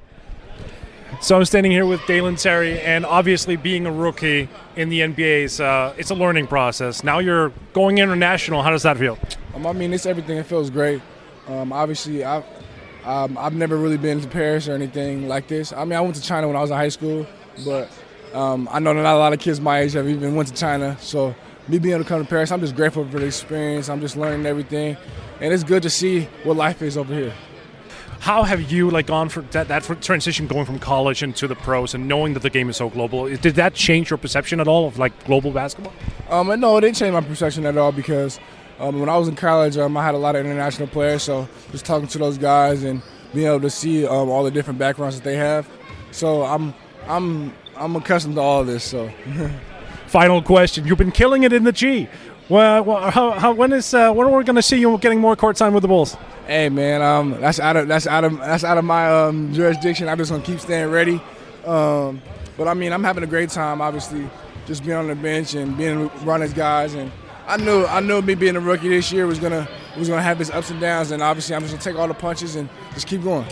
So I'm standing here with Dalen Terry, and obviously being a rookie in the NBA is it's a learning process. Now you're going international. How does that feel? I mean, it's everything. It feels great. Obviously, I've never really been to Paris or anything like this. I mean, I went to China when I was in high school, but I know that not a lot of kids my age have even went to China. So me being able to come to Paris, I'm just grateful for the experience. I'm just learning everything, and it's good to see what life is over here. How have you gone for that transition going from college into the pros and knowing that the game is so global? Did that change your perception at all of global basketball? No, it didn't change my perception at all because when I was in college, I had a lot of international players. So just talking to those guys and being able to see all the different backgrounds that they have. So I'm accustomed to all of this. So. Final question: you've been killing it in the G. Well, when are we going to see you getting more court time with the Bulls? Hey man, that's out of my jurisdiction. I'm just gonna keep staying ready. But I mean, I'm having a great time. Obviously, just being on the bench and being around these guys. And I knew me being a rookie this year was gonna have its ups and downs. And obviously, I'm just gonna take all the punches and just keep going.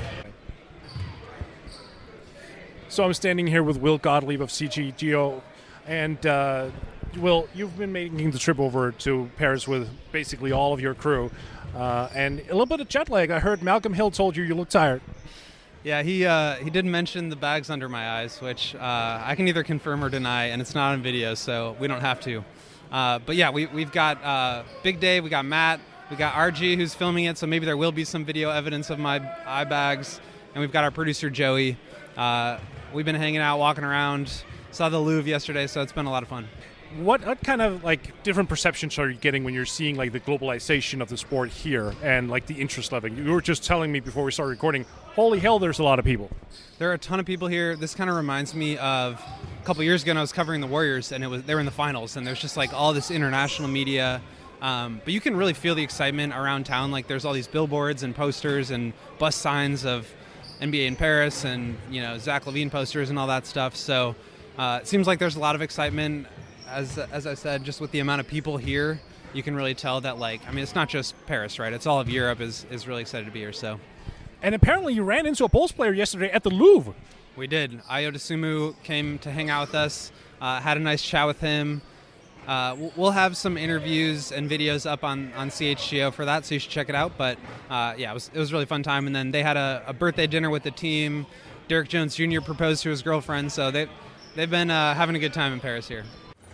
So I'm standing here with Will Gottlieb of CHGO, and Will, you've been making the trip over to Paris with basically all of your crew. And a little bit of jet lag. I heard Malcolm Hill told you look tired. Yeah, he did mention the bags under my eyes, which I can either confirm or deny, and it's not on video, so we don't have to. But yeah, we've got Big Dave, we got Matt, we got RG who's filming it, so maybe there will be some video evidence of my eye bags, and we've got our producer Joey. We've been hanging out, walking around, saw the Louvre yesterday, so it's been a lot of fun. What kind of different perceptions are you getting when you're seeing the globalization of the sport here and the interest level? You were just telling me before we started recording, holy hell, there's a lot of people. There are a ton of people here. This kind of reminds me of a couple years ago when I was covering the Warriors and they were in the finals, and there's just all this international media. But you can really feel the excitement around town. There's all these billboards and posters and bus signs of NBA in Paris and Zach LaVine posters and all that stuff. So it seems like there's a lot of excitement. as I said, just with the amount of people here, you can really tell that, like, I mean, it's not just Paris, right? It's all of Europe is really excited to be here. So, and apparently you ran into a Bulls player yesterday at the Louvre. We did. Ayo Dosunmu came to hang out with us. Had a nice chat with him. We'll have some interviews and videos up on CHGO for that, so you should check it out. But yeah, it was a really fun time. And then they had a birthday dinner with the team. Derek Jones Jr. proposed to his girlfriend, so they've been having a good time in Paris here.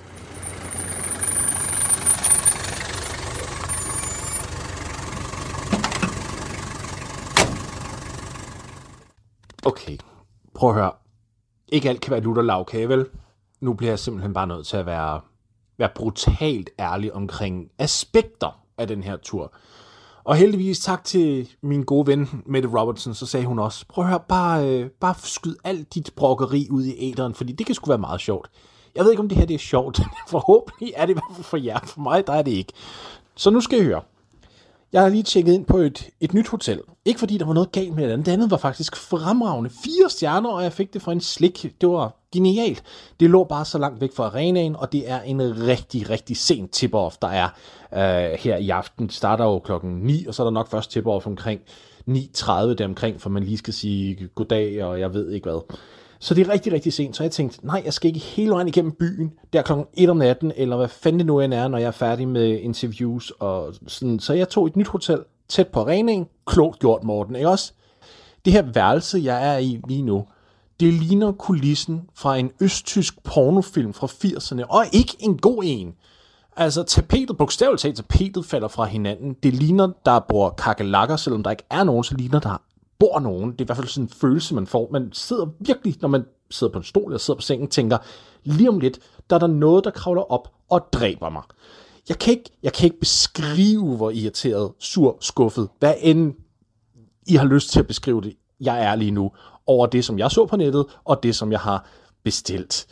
Okay, prøv at høre. Ikke alt kan være lutter lavkage, vel? Nu bliver jeg simpelthen bare nødt til at være brutalt ærlig omkring aspekter af den her tur. Og heldigvis tak til min gode ven, Mette Robertson, så sagde hun også, prøv at høre, bare skyd alt dit brokkeri ud i æteren, fordi det kan sgu være meget sjovt. Jeg ved ikke, om det her det er sjovt. Forhåbentlig er det i hvert fald for jer. For mig, der er det ikke. Så nu skal I høre. Jeg har lige tjekket ind på et nyt hotel. Ikke fordi der var noget galt med det. Det andet var faktisk fremragende. 4 stjerner, og jeg fik det for en slik. Det var genialt. Det lå bare så langt væk fra arenaen, og det er en rigtig, rigtig sen tip-off, der er her i aften. Det starter jo klokken 9, og så er der nok først tip-off omkring 9:30 deromkring, for man lige skal sige goddag, og jeg ved ikke hvad. Så det er rigtig, rigtig sent, så jeg tænkte, nej, jeg skal ikke hele vejen igennem byen, der klokken 1 om natten, eller hvad fanden det nu end er, når jeg er færdig med interviews og sådan. Så jeg tog et nyt hotel tæt på arenaen. Klogt gjort, Morten, ikke også? Det her værelse, jeg er i lige nu, det ligner kulissen fra en østtysk pornofilm fra 80'erne, og ikke en god en. Altså, tapetet, bogstaveligt talt, tapetet falder fra hinanden. Det ligner, der bor kakelakker, selvom der ikke er nogen, så ligner der bor nogen. Det er i hvert fald sådan en følelse, man får. Man sidder virkelig, når man sidder på en stol eller sidder på sengen, tænker, lige om lidt, der er der noget, der kravler op og dræber mig. Jeg kan ikke beskrive, hvor irriteret, sur, skuffet, hvad end I har lyst til at beskrive det, jeg er lige nu, over det, som jeg så på nettet, og det, som jeg har bestilt.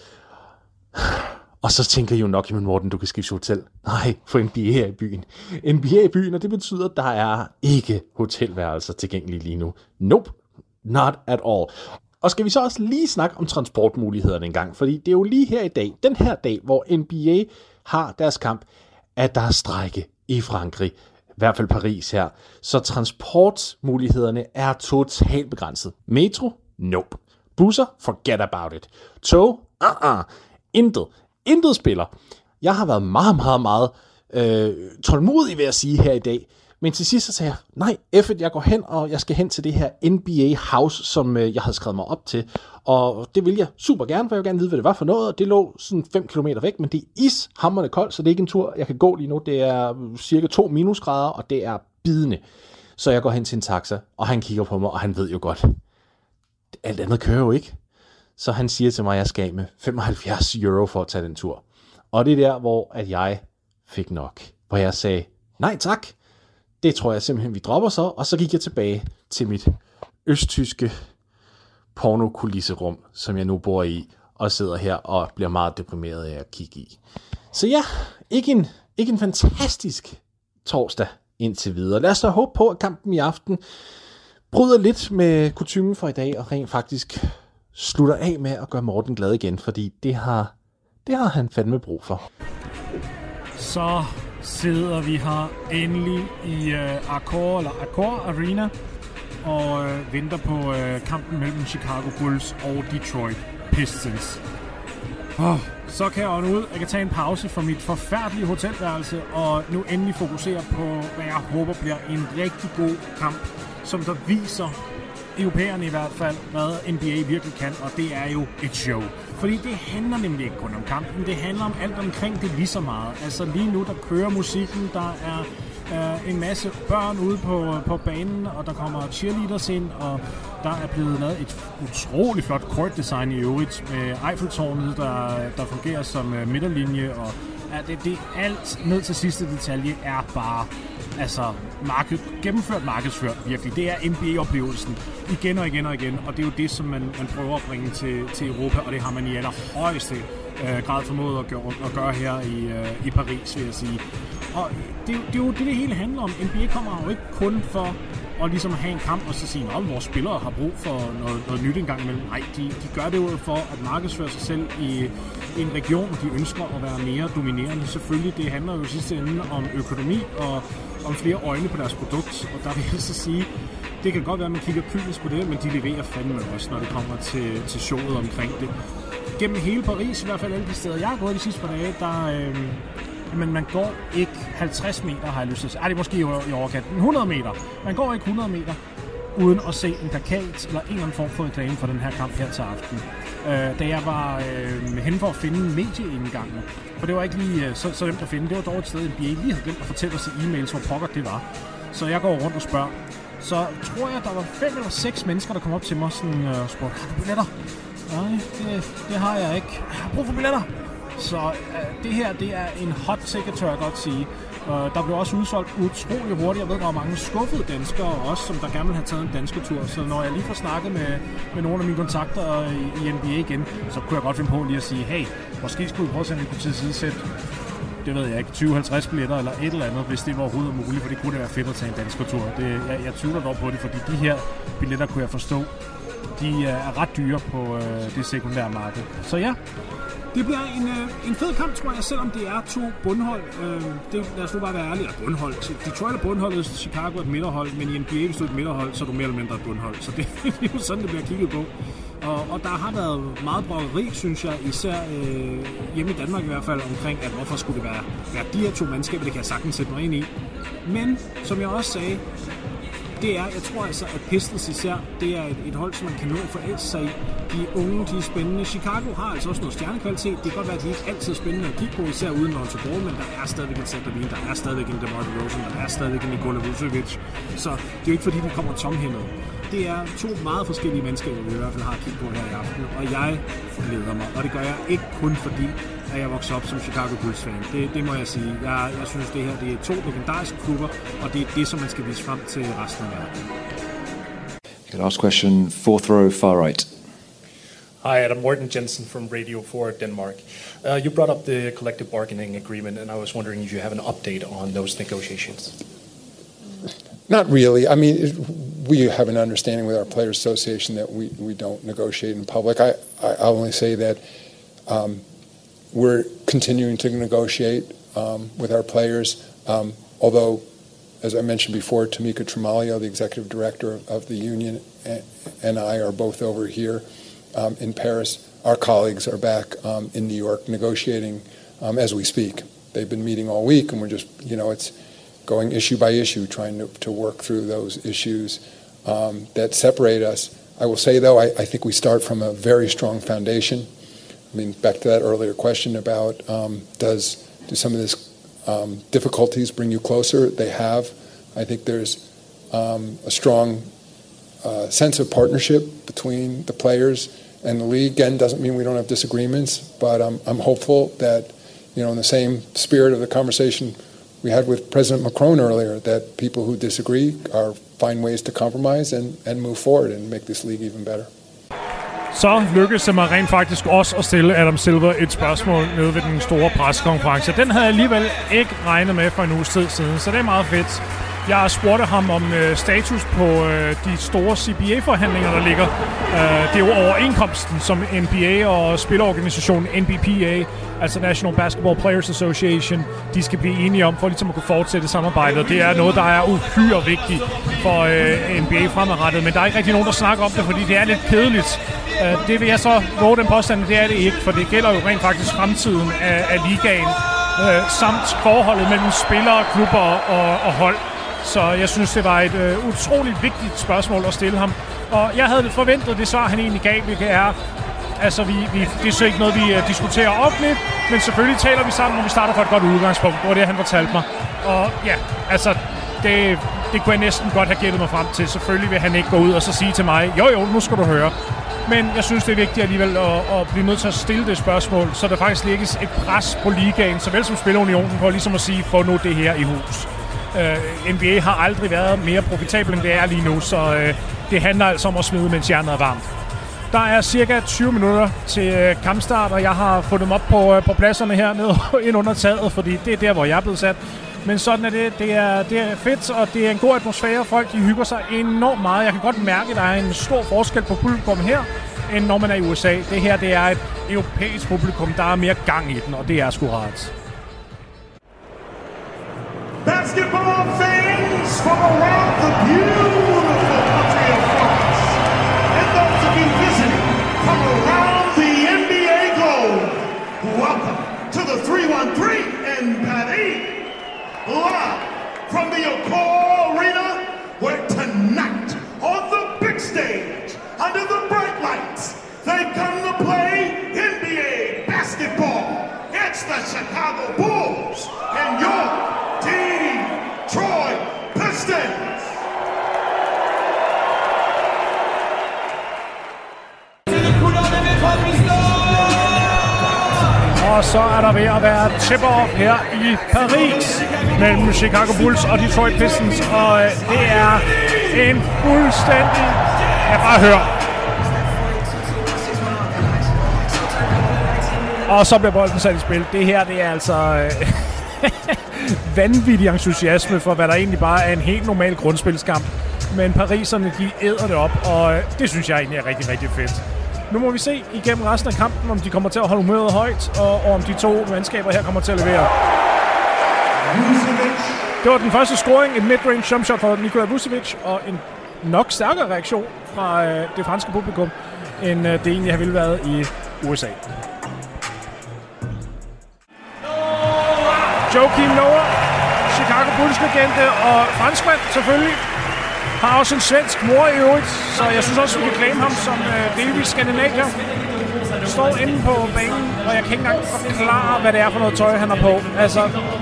Og så tænker I jo nok, jamen Morten, du kan skifte hotel. Nej, for NBA er i byen. NBA er i byen, og det betyder, at der er ikke hotelværelser tilgængelige lige nu. Nope, not at all. Og skal vi så også lige snakke om transportmulighederne en gang, fordi det er jo lige her i dag, den her dag, hvor NBA har deres kamp, at der er strejke i Frankrig. I hvert fald Paris her. Så transportmulighederne er totalt begrænset. Metro? Nope. Busser? Forget about it. Tog? Intet spiller. Jeg har været meget, meget, meget tålmodig ved at sige her i dag. Men til sidst så sagde jeg, nej, jeg går hen, og jeg skal hen til det her NBA House, som jeg havde skrevet mig op til. Og det vil jeg super gerne, for jeg vil gerne vide, hvad det var for noget. Og det lå sådan 5 kilometer væk, men det er ishamrende koldt, så det er ikke en tur, jeg kan gå lige nu. Det er cirka 2 minusgrader, og det er bidende. Så jeg går hen til en taxa, og han kigger på mig, og han ved jo godt, alt andet kører jo ikke. Så han siger til mig, at jeg skal af med 75 euro for at tage den tur. Og det er der, hvor at jeg fik nok. Hvor jeg sagde, nej tak, det tror jeg simpelthen, vi dropper så. Og så gik jeg tilbage til mit østtyske pornokulisserum, som jeg nu bor i, og sidder her og bliver meget deprimeret af at kigge i. Så ja, ikke en fantastisk torsdag indtil videre. Lad os da håbe på, at kampen i aften bryder lidt med kutymen for i dag, og rent faktisk slutter af med at gøre Morten glad igen, fordi det har han fandme brug for. Så sidder vi her endelig i Accor Arena og venter på kampen mellem Chicago Bulls og Detroit Pistons. Så kan jeg ud. Jeg kan tage en pause fra mit forfærdelige hotelværelse og nu endelig fokusere på, hvad jeg håber bliver en rigtig god kamp, som der viser europæerne i hvert fald, hvad NBA virkelig kan, og det er jo et show. Fordi det handler nemlig ikke kun om kampen, det handler om alt omkring det lige så meget. Altså lige nu, der kører musikken, der er en masse børn ude på banen, og der kommer cheerleaders ind, og der er blevet lavet et utroligt flot court design i øvrigt, med Eiffeltårnet, der fungerer som midterlinje, og det alt ned til sidste detalje er bare gennemført markedsført virkelig. Det er NBA-oplevelsen igen og igen og igen, og det er jo det, som man prøver at bringe til Europa, og det har man i allerhøjeste grad formået at gøre her i Paris, vil jeg sige. Og det er jo det hele handler om. NBA kommer jo ikke kun for at ligesom have en kamp og så sige, at vores spillere har brug for noget nyt en gang imellem. Nej, de gør det jo for at markedsføre sig selv en region, de ønsker at være mere dominerende. Selvfølgelig, det handler jo i sidste ende om økonomi og om flere øjne på deres produkt, og der vil jeg så sige, det kan godt være, at man kigger kynisk på det, men de leverer fandme også, når det kommer til showet omkring det. Gennem hele Paris, i hvert fald alle de steder, jeg har gået de sidste par dage, men man går ikke 50 meter, har jeg lyst til at sige. Det er måske i overkanten. 100 meter. Man går ikke 100 meter, uden at se en plakat eller en eller anden form for reklame for den her kamp her til aften. Da jeg var henne for at finde medieindgangen, for det var ikke lige så nemt at finde. Det var dog et sted, NBA lige havde glemt at fortælle os i e-mails, hvor pokker det var. Så jeg går rundt og spørger. Så tror jeg, der var 5 eller 6 mennesker, der kom op til mig sådan, og spurgte, har du billetter? Nej, det har jeg ikke. Jeg har brug for billetter. Så det her, det er en hot ticket, tør jeg godt sige. Der blev også udsolgt utrolig hurtigt. Jeg ved, der var mange skuffede danskere også, som der gerne vil have taget en danskertur. Så når jeg lige får snakket med nogle af mine kontakter i NBA igen, så kunne jeg godt finde på lige at sige, hey, måske skulle vi prøve at se, om vi kunne tilsidesætte, det ved jeg ikke, 20-50 billetter eller et eller andet, hvis det var overhovedet muligt, for det kunne det være fedt at tage en danskertur. Jeg tvivler dog på det, fordi de her billetter kunne jeg forstå, de er ret dyre på det sekundære marked. Så ja, det bliver en fed kamp, tror jeg, selvom det er 2 bundhold. Lad os nu bare være ærlige, at bundhold. Detroit er bundholdet, Chicago er et midterhold, men i NBA, hvis du er et midterhold, så er du mere eller mindre et bundhold. Så det er jo sådan, det bliver kigget på. Og der har været meget brokkeri, synes jeg, især hjemme i Danmark i hvert fald, omkring, at hvorfor skulle det være de her 2 mandskaber, det kan jeg sagtens sætte mig ind i. Men, som jeg også sagde, jeg tror altså, at Pistons især, det er et hold, som man kan nå at forelske sig i. De unge, de er spændende. Chicago har altså også noget stjernekvalitet. Det kan godt være, at de ikke altid er spændende at kigge på, især uden Lonzo Ball, men der er stadigvæk en Zach LaVine, der er stadigvæk en DeMar DeRozan, der er stadigvæk en Nikola Vucevic. Så det er jo ikke fordi, de kommer tomhændet. Det er 2 meget forskellige mandskaber, vi i hvert fald har at kigge på her i aften, og jeg glæder mig. Og det gør jeg ikke kun fordi, at jeg voksede op som Chicago Bulls-fan. Det må jeg sige. Jeg synes, det her det er 2 legendariske klubber, og det er det, som man skal vise frem til resten af verden. Okay, last question, 4th row, far right. Hi, Adam Morten Jensen from Radio 4 Denmark. You brought up the collective bargaining agreement, and I was wondering if you have an update on those negotiations. Not really. I mean, we have an understanding with our Players Association that we don't negotiate in public. I'll only say that we're continuing to negotiate with our players, although, as I mentioned before, Tamika Tremaglio, the executive director of the union, and I are both over here in Paris. Our colleagues are back in New York negotiating as we speak. They've been meeting all week, and we're just, it's going issue by issue, trying to work through those issues that separate us. I will say, though, I think we start from a very strong foundation. I mean, back to that earlier question about do some of these difficulties bring you closer? They have. I think there's a strong sense of partnership between the players and the league. Again, doesn't mean we don't have disagreements, but I'm hopeful that, in the same spirit of the conversation we had with President Macron earlier, that people who disagree find ways to compromise and move forward and make this league even better. Så lykkedes det mig rent faktisk også at stille Adam Silver et spørgsmål nede ved den store pressekonference. Den havde jeg alligevel ikke regnet med for en uges tid siden, så det er meget fedt. Jeg spurgte ham om status på de store CBA-forhandlinger, der ligger. Det er jo overenkomsten, som NBA og spillerorganisationen NBPA, altså National Basketball Players Association, de skal blive enige om for ligesom at kunne fortsætte samarbejdet. Det er noget, der er uhyre vigtigt for NBA fremadrettet, men der er ikke rigtig nogen, der snakker om det, fordi det er lidt kedeligt. Det vil jeg så våge den påstand, det er det ikke, for det gælder jo rent faktisk fremtiden af ligaen, samt forholdet mellem spillere, klubber og hold. Så jeg synes, det var et utroligt vigtigt spørgsmål at stille ham. Og jeg havde forventet det svar, han egentlig gav, hvilket er, altså det er så ikke noget, vi diskuterer offentligt, men selvfølgelig taler vi sammen, når vi starter fra et godt udgangspunkt. Det var det, han fortalte mig. Og ja, altså, det kunne jeg næsten godt have gættet mig frem til. Selvfølgelig vil han ikke gå ud og så sige til mig, jo, nu skal du høre. Men jeg synes, det er vigtigt alligevel at blive nødt til at stille det spørgsmål, så der faktisk lægges et pres på ligaen, såvel som Spillerunionen, på ligesom at sige, få nu det her i hus. NBA har aldrig været mere profitabel, end det er lige nu, så det handler altså om at smide, mens jernet er varmt. Der er cirka 20 minutter til kampstart, og jeg har fået dem op på pladserne hernede ind under taget, fordi det er der, hvor jeg er blevet sat. Men sådan er det. Det er fedt, og det er en god atmosfære. Folk de hygger sig enormt meget. Jeg kan godt mærke, at der er en stor forskel på publikum her, end når man er i USA. Det her, det er et europæisk publikum, der er mere gang i den, og det er sgu rart. Basketball fans from around the beautiful country of France, and those of you visiting from around the NBA globe, welcome to the 313 in Paris, live from the Accor Arena, where tonight on the big stage, under the bright lights, they've come to play NBA basketball. It's the Chicago Bulls and your Detroit Pistons. Og så er der ved at være tip-off her i Paris mellem Chicago Bulls og Detroit Pistons. Og det er en fuldstændig... Ja, bare hør. Og så bliver bolden sat i spil. Det her, det er altså vanvittig entusiasme for, hvad der egentlig bare er en helt normal grundspilskamp. Men pariserne, de æder det op, og det synes jeg egentlig er rigtig, rigtig fedt. Nu må vi se igennem resten af kampen, om de kommer til at holde humøret højt, og om de to mandskaber her kommer til at levere. Det var den første scoring, et mid-range jumpshot fra Nikola Vucevic, og en nok stærkere reaktion fra det franske publikum, end det egentlig har ville været i USA. Joakim Noah, Chicago Bulls-legende og franskmand selvfølgelig, har også en svensk mor i øvrigt, så jeg synes også, vi kan claim ham som delvis skandinavier. Står inde på banen, og jeg kan ikke engang forklare, hvad det er for noget tøj, han har på. Altså,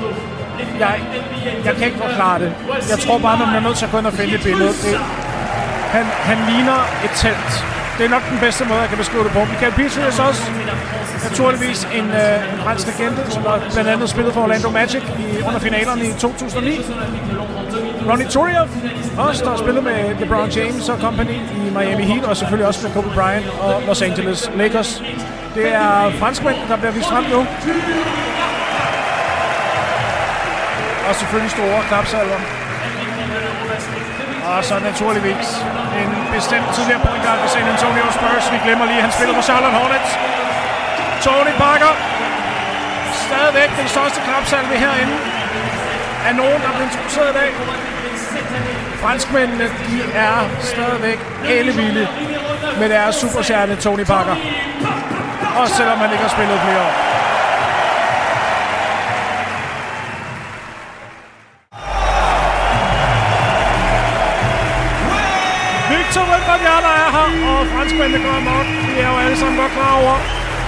jeg kan ikke forklare det. Jeg tror bare, man bliver nødt til at gå ind og finde et billede. Han ligner et telt. Det er nok den bedste måde, jeg kan beskrive det på. Michael Pietrus også. Naturligvis en fransk legende, som har blandt andet spillet for Orlando Magic under finalerne i 2009. Ronny Turiaf, også der har spillet med LeBron James og company i Miami Heat, og selvfølgelig også med Kobe Bryant og Los Angeles Lakers. Det er franskmænd, der bliver vist frem nu. Og selvfølgelig store klapsalver. Og så naturligvis en bestemt tidligere point guard ved San Antonio Spurs. Vi glemmer lige, at han spiller for Charlotte Hornets. Tony Parker. Stadigvæk den største klapsalve herinde. Er nogen, der er blevet introduceret i dag. Franskmændene, de er stadigvæk ellevilde med deres superstjerne Tony Parker. Også selvom han ikke har spillet flere år. Victor Wembanyama er her, og franskmændene går amok. Vi er jo alle sammen godt klar over,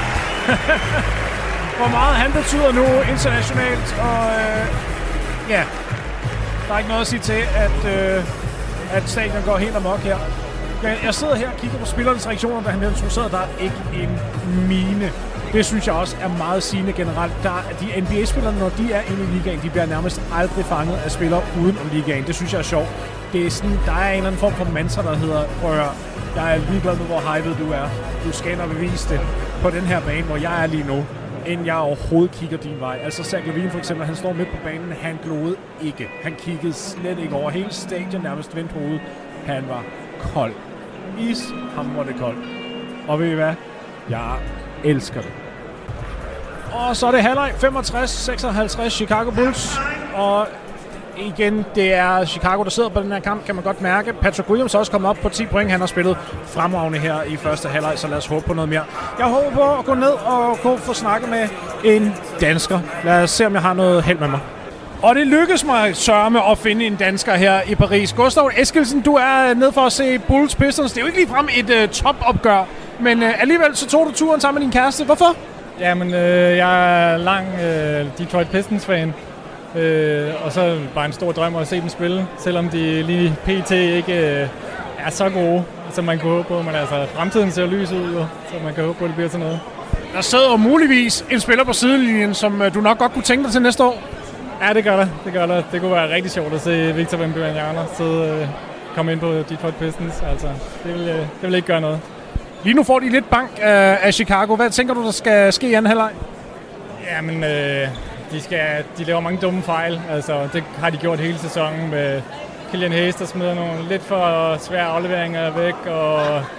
hvor meget han betyder nu internationalt. Og ja, der er ikke noget at sige til, at stadion går helt amok her. Jeg sidder her og kigger på spillernes reaktioner, da han bliver introduceret. Der er ikke en mine. Det synes jeg også er meget sigende generelt. De NBA-spillere, når de er inde i ligaen, de bliver nærmest aldrig fanget af spillere uden om ligaen. Det synes jeg er sjovt. Det er sådan, der er en eller anden form for mantra, der hedder, prøv at høre, jeg er ligeglad med, hvor hyped du er. Du skal ind og bevise det på den her bane, hvor jeg er lige nu, inden jeg overhovedet kigger din vej. Altså Zach LaVine for eksempel, han står midt på banen, han glodede ikke. Han kiggede slet ikke over. Hele stadion nærmest vendt hovedet. Han var kold. Ishamrende kold. Og ved I hvad? Jeg elsker det. Og så er det halvleg 65-56 Chicago Bulls. Og igen, det er Chicago, der sidder på den her kamp, kan man godt mærke. Patrick Williams er også kommet op på 10 point. Han har spillet fremragende her i første halvleg, så lad os håbe på noget mere. Jeg håber på at gå ned og få snakket med en dansker. Lad os se, om jeg har noget held med mig. Og det lykkedes mig sørme at finde en dansker her i Paris. Gustav Eskildsen, du er ned for at se Bulls Pistons. Det er jo ikke ligefrem et topopgør, men alligevel så tog du turen sammen med din kæreste. Hvorfor? Jamen, jeg er lang Detroit Pistons-fan. Og så bare en stor drøm at se dem spille, selvom de lige pt. Ikke er så gode, som man kan håbe på. Men altså, fremtiden ser lys ud, så man kan håbe på, at det bliver sådan noget. Der sidder jo muligvis en spiller på sidelinjen, som du nok godt kunne tænke dig til næste år. Ja, det gør det. Det kunne være rigtig sjovt at se Victor Wembanyama komme ind på Detroit Pistons. Altså, det vil ikke gøre noget. Lige nu får de lidt bank af Chicago. Hvad tænker du, der skal ske i anden halvleg? Jamen, de laver mange dumme fejl. Altså, det har de gjort hele sæsonen med Killian Hayes, der smider nogle lidt for svære afleveringer væk, og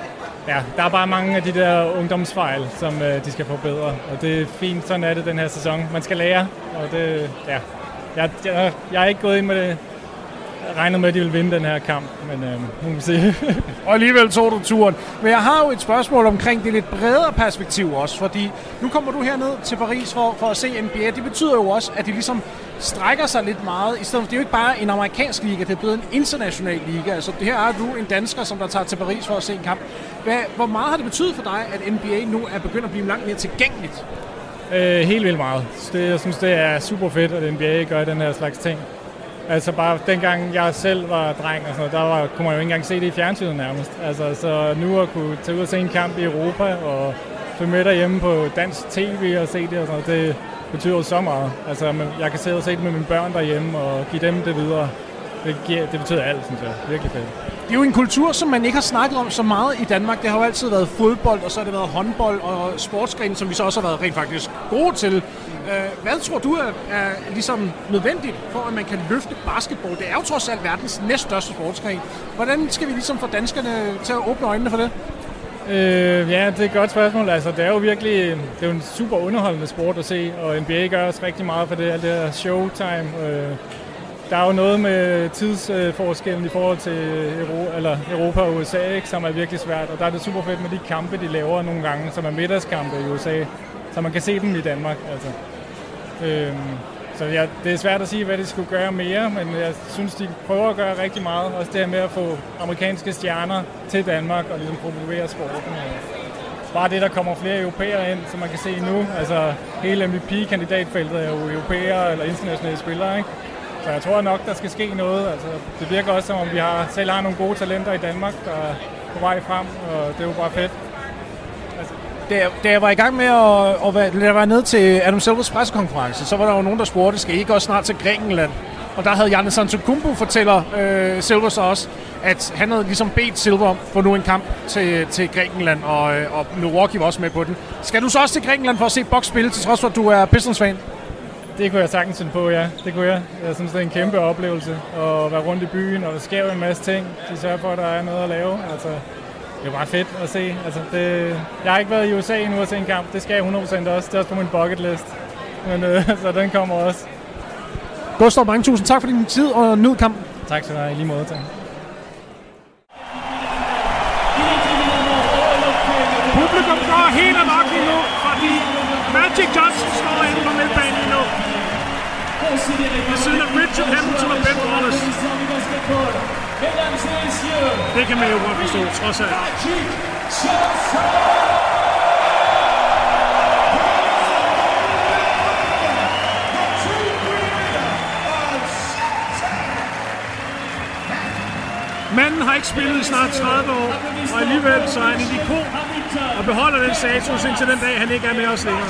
ja, der er bare mange af de der ungdomsfejl, som de skal forbedre, og det er fint, sådan er det den her sæson. Man skal lære, og det, ja, jeg er ikke gået ind med det. Jeg regner med, at de vil vinde den her kamp, men nu må vi se. Og alligevel tog du turen. Men jeg har jo et spørgsmål omkring det lidt bredere perspektiv også, fordi nu kommer du herned til Paris for at se NBA. Det betyder jo også, at de ligesom strækker sig lidt meget. I stedet for, det er jo ikke bare en amerikansk liga, det er blevet en international liga. Altså det her er du en dansker, som der tager til Paris for at se en kamp. Hvor meget har det betydet for dig, at NBA nu er begyndt at blive langt mere tilgængeligt? Helt vildt meget. Jeg synes, det er super fedt, at NBA gør den her slags ting. Altså bare dengang jeg selv var dreng og sådan noget, kunne man jo ikke engang se det i fjernsynet nærmest. Altså, så nu at kunne tage ud og se en kamp i Europa og følge med derhjemme på dansk tv og se det og sådan noget, det betyder jo så meget. Altså jeg kan sidde og se det med mine børn derhjemme og give dem det videre. Det betyder alt, synes jeg. Virkelig fedt. Det er jo en kultur, som man ikke har snakket om så meget i Danmark. Det har jo altid været fodbold, og så har det været håndbold og sportsgrene, som vi så også har været rent faktisk gode til. Hvad tror du er ligesom nødvendigt for, at man kan løfte basketball? Det er jo trods alt verdens næststørste sportsgren. Hvordan skal vi ligesom få danskerne til at åbne øjnene for det? Ja, det er et godt spørgsmål. Altså, det er jo virkelig det er jo en super underholdende sport at se, og NBA gør også rigtig meget for det. Alt det her showtime. Der er jo noget med tidsforskellen i forhold til Europa og USA, ikke, som er virkelig svært. Og der er det super fedt med de kampe, de laver nogle gange, som er middagskampe i USA, så man kan se dem i Danmark. Altså. Så ja, det er svært at sige, hvad de skulle gøre mere, men jeg synes, de prøver at gøre rigtig meget. Også det her med at få amerikanske stjerner til Danmark og ligesom promovere sporten. Bare det, der kommer flere europæere ind, som man kan se nu. Altså hele MVP-kandidatfeltet er jo europæere eller internationale spillere, ikke? Så jeg tror nok, der skal ske noget. Altså, det virker også, som om vi selv har nogle gode talenter i Danmark, der er på vej frem, og det er jo bare fedt. Altså. Da jeg var i gang med at være ned til Adam Silvers pressekonference, så var der jo nogen, der spurgte, skal I ikke også snart til Grækenland? Og der havde Giannis Antetokounmpo fortæller Silver så også, at han havde ligesom bedt Silver om for nu en kamp til Grækenland, og Milwaukee var også med på den. Skal du så også til Grækenland for at se Bucks spille, til trods for, at du er Pistons-fan? Det kunne jeg sagtens finde på, ja. Det kunne jeg. Jeg synes, det er en kæmpe oplevelse at være rundt i byen, og der sker jo en masse ting. De sørger for, at der er noget at lave. Altså, det er bare fedt at se. Altså, jeg har ikke været i USA endnu at se en kamp. Det skal jeg 100% også. Det er også på min bucket list. Men, så den kommer også. Gustav, mange tusind tak for din tid, og nyd kampen. Tak skal du have. I lige måde. Tak. Publikum går helt amok lige nu, fordi Magic Johnson står inde på midtbanen lige nu. Ved siden af Richard Hamilton og Ben Wallace. Det kan man jo godt forstå, trods alt. Manden har ikke spillet i snart 30 år, og alligevel så er han en ikon og beholder den status indtil den dag, han ikke er med os længere.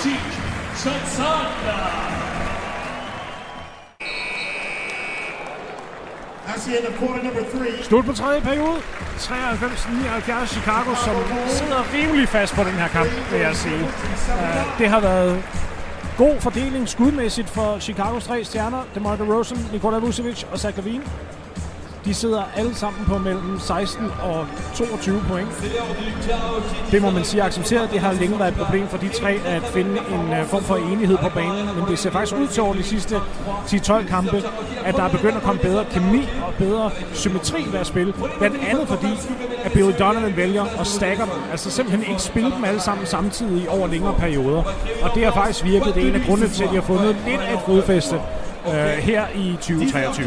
Slut på tredje periode. 93-79 Chicago, som sidder rimelig fast på den her kamp, vil jeg sige. Det har været god fordeling skudmæssigt for Chicagos tre stjerner, DeMar DeRozan, Nikola Vucevic og Zach LaVine. De sidder alle sammen på mellem 16 og 22 point. Det må man sige accepteret. Det har længe været et problem for de tre at finde en form for enighed på banen. Men det ser faktisk ud til over de sidste 10-12 kampe, at der er begyndt at komme bedre kemi og bedre symmetri i deres spil. Blandt andet fordi, at Billy Donovan vælger at stagge dem. Altså simpelthen ikke spille dem alle sammen samtidig over længere perioder. Og det har faktisk virket. Det er en af grundene til, at de har fundet lidt af et fodfæste her i 2023.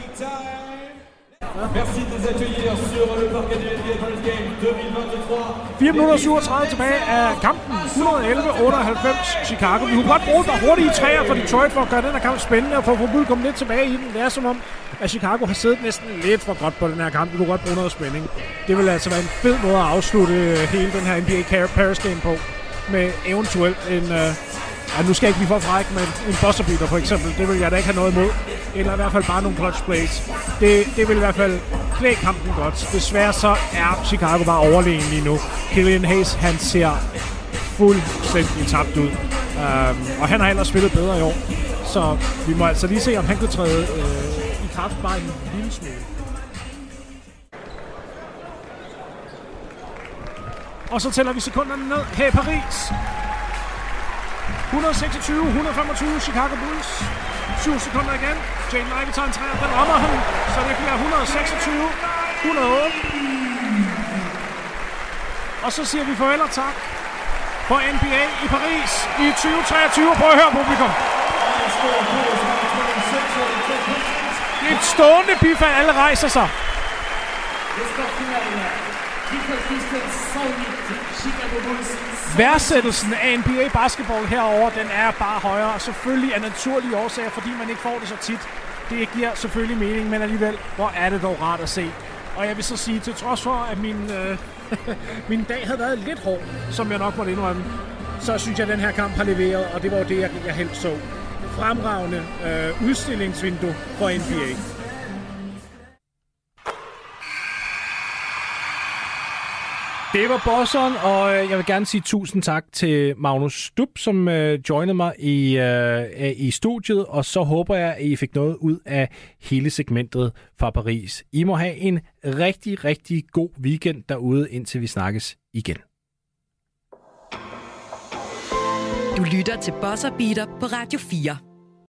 Merci des accueillir sur le parquet du NBA Paris Game 2023. 4 minutter 37 tilbage af kampen. 111-98 Chicago. Vi kunne godt bruge der hurtige træer for Detroit for at gøre den her kamp spændende og få publikum lidt tilbage i den. Det er som om, at Chicago har siddet næsten lidt for godt på den her kamp. Vi kunne godt bruge noget spænding. Det vil altså være en fed måde at afslutte hele den her NBA Paris Game på. Med eventuelt en... nu skal jeg ikke blive for fræk, men en buzzer beater for eksempel, det vil jeg da ikke have noget imod. Eller i hvert fald bare nogle clutch plays. Det vil i hvert fald klæde kampen godt. Desværre så er Chicago bare overlegen lige nu. Killian Hayes, han ser fuldstændig tabt ud. Og han har ellers spillet bedre i år. Så vi må altså lige se, om han kan træde i kraft bare en lille smule. Og så tæller vi sekunderne ned her i Paris. 126, 125, Chicago Bulls. 7 sekunder igen. Jaden Ivey tager en træer, den rammer han. Så det bliver 126, 108. Og så siger vi farvel og tak for NBA i Paris i 2023. Prøv at høre, publikum. Det er et stående bifald, alle rejser sig. Værdsættelsen af NBA basketball herover, den er bare højere, og selvfølgelig af naturlige årsager, fordi man ikke får det så tit. Det giver selvfølgelig mening, men alligevel, hvor er det dog rart at se. Og jeg vil så sige, til trods for, at min dag havde været lidt hård, som jeg nok måtte indrømme, så synes jeg, at den her kamp har leveret, og det var jo det, jeg helst så. Fremragende udstillingsvindue for NBA. Det var Bosseren, og jeg vil gerne sige tusind tak til Magnus Stub, som joinede mig i studiet, og så håber jeg, at I fik noget ud af hele segmentet fra Paris. I må have en rigtig, rigtig god weekend derude, indtil vi snakkes igen. Du lytter til Buzzer Beater på Radio 4.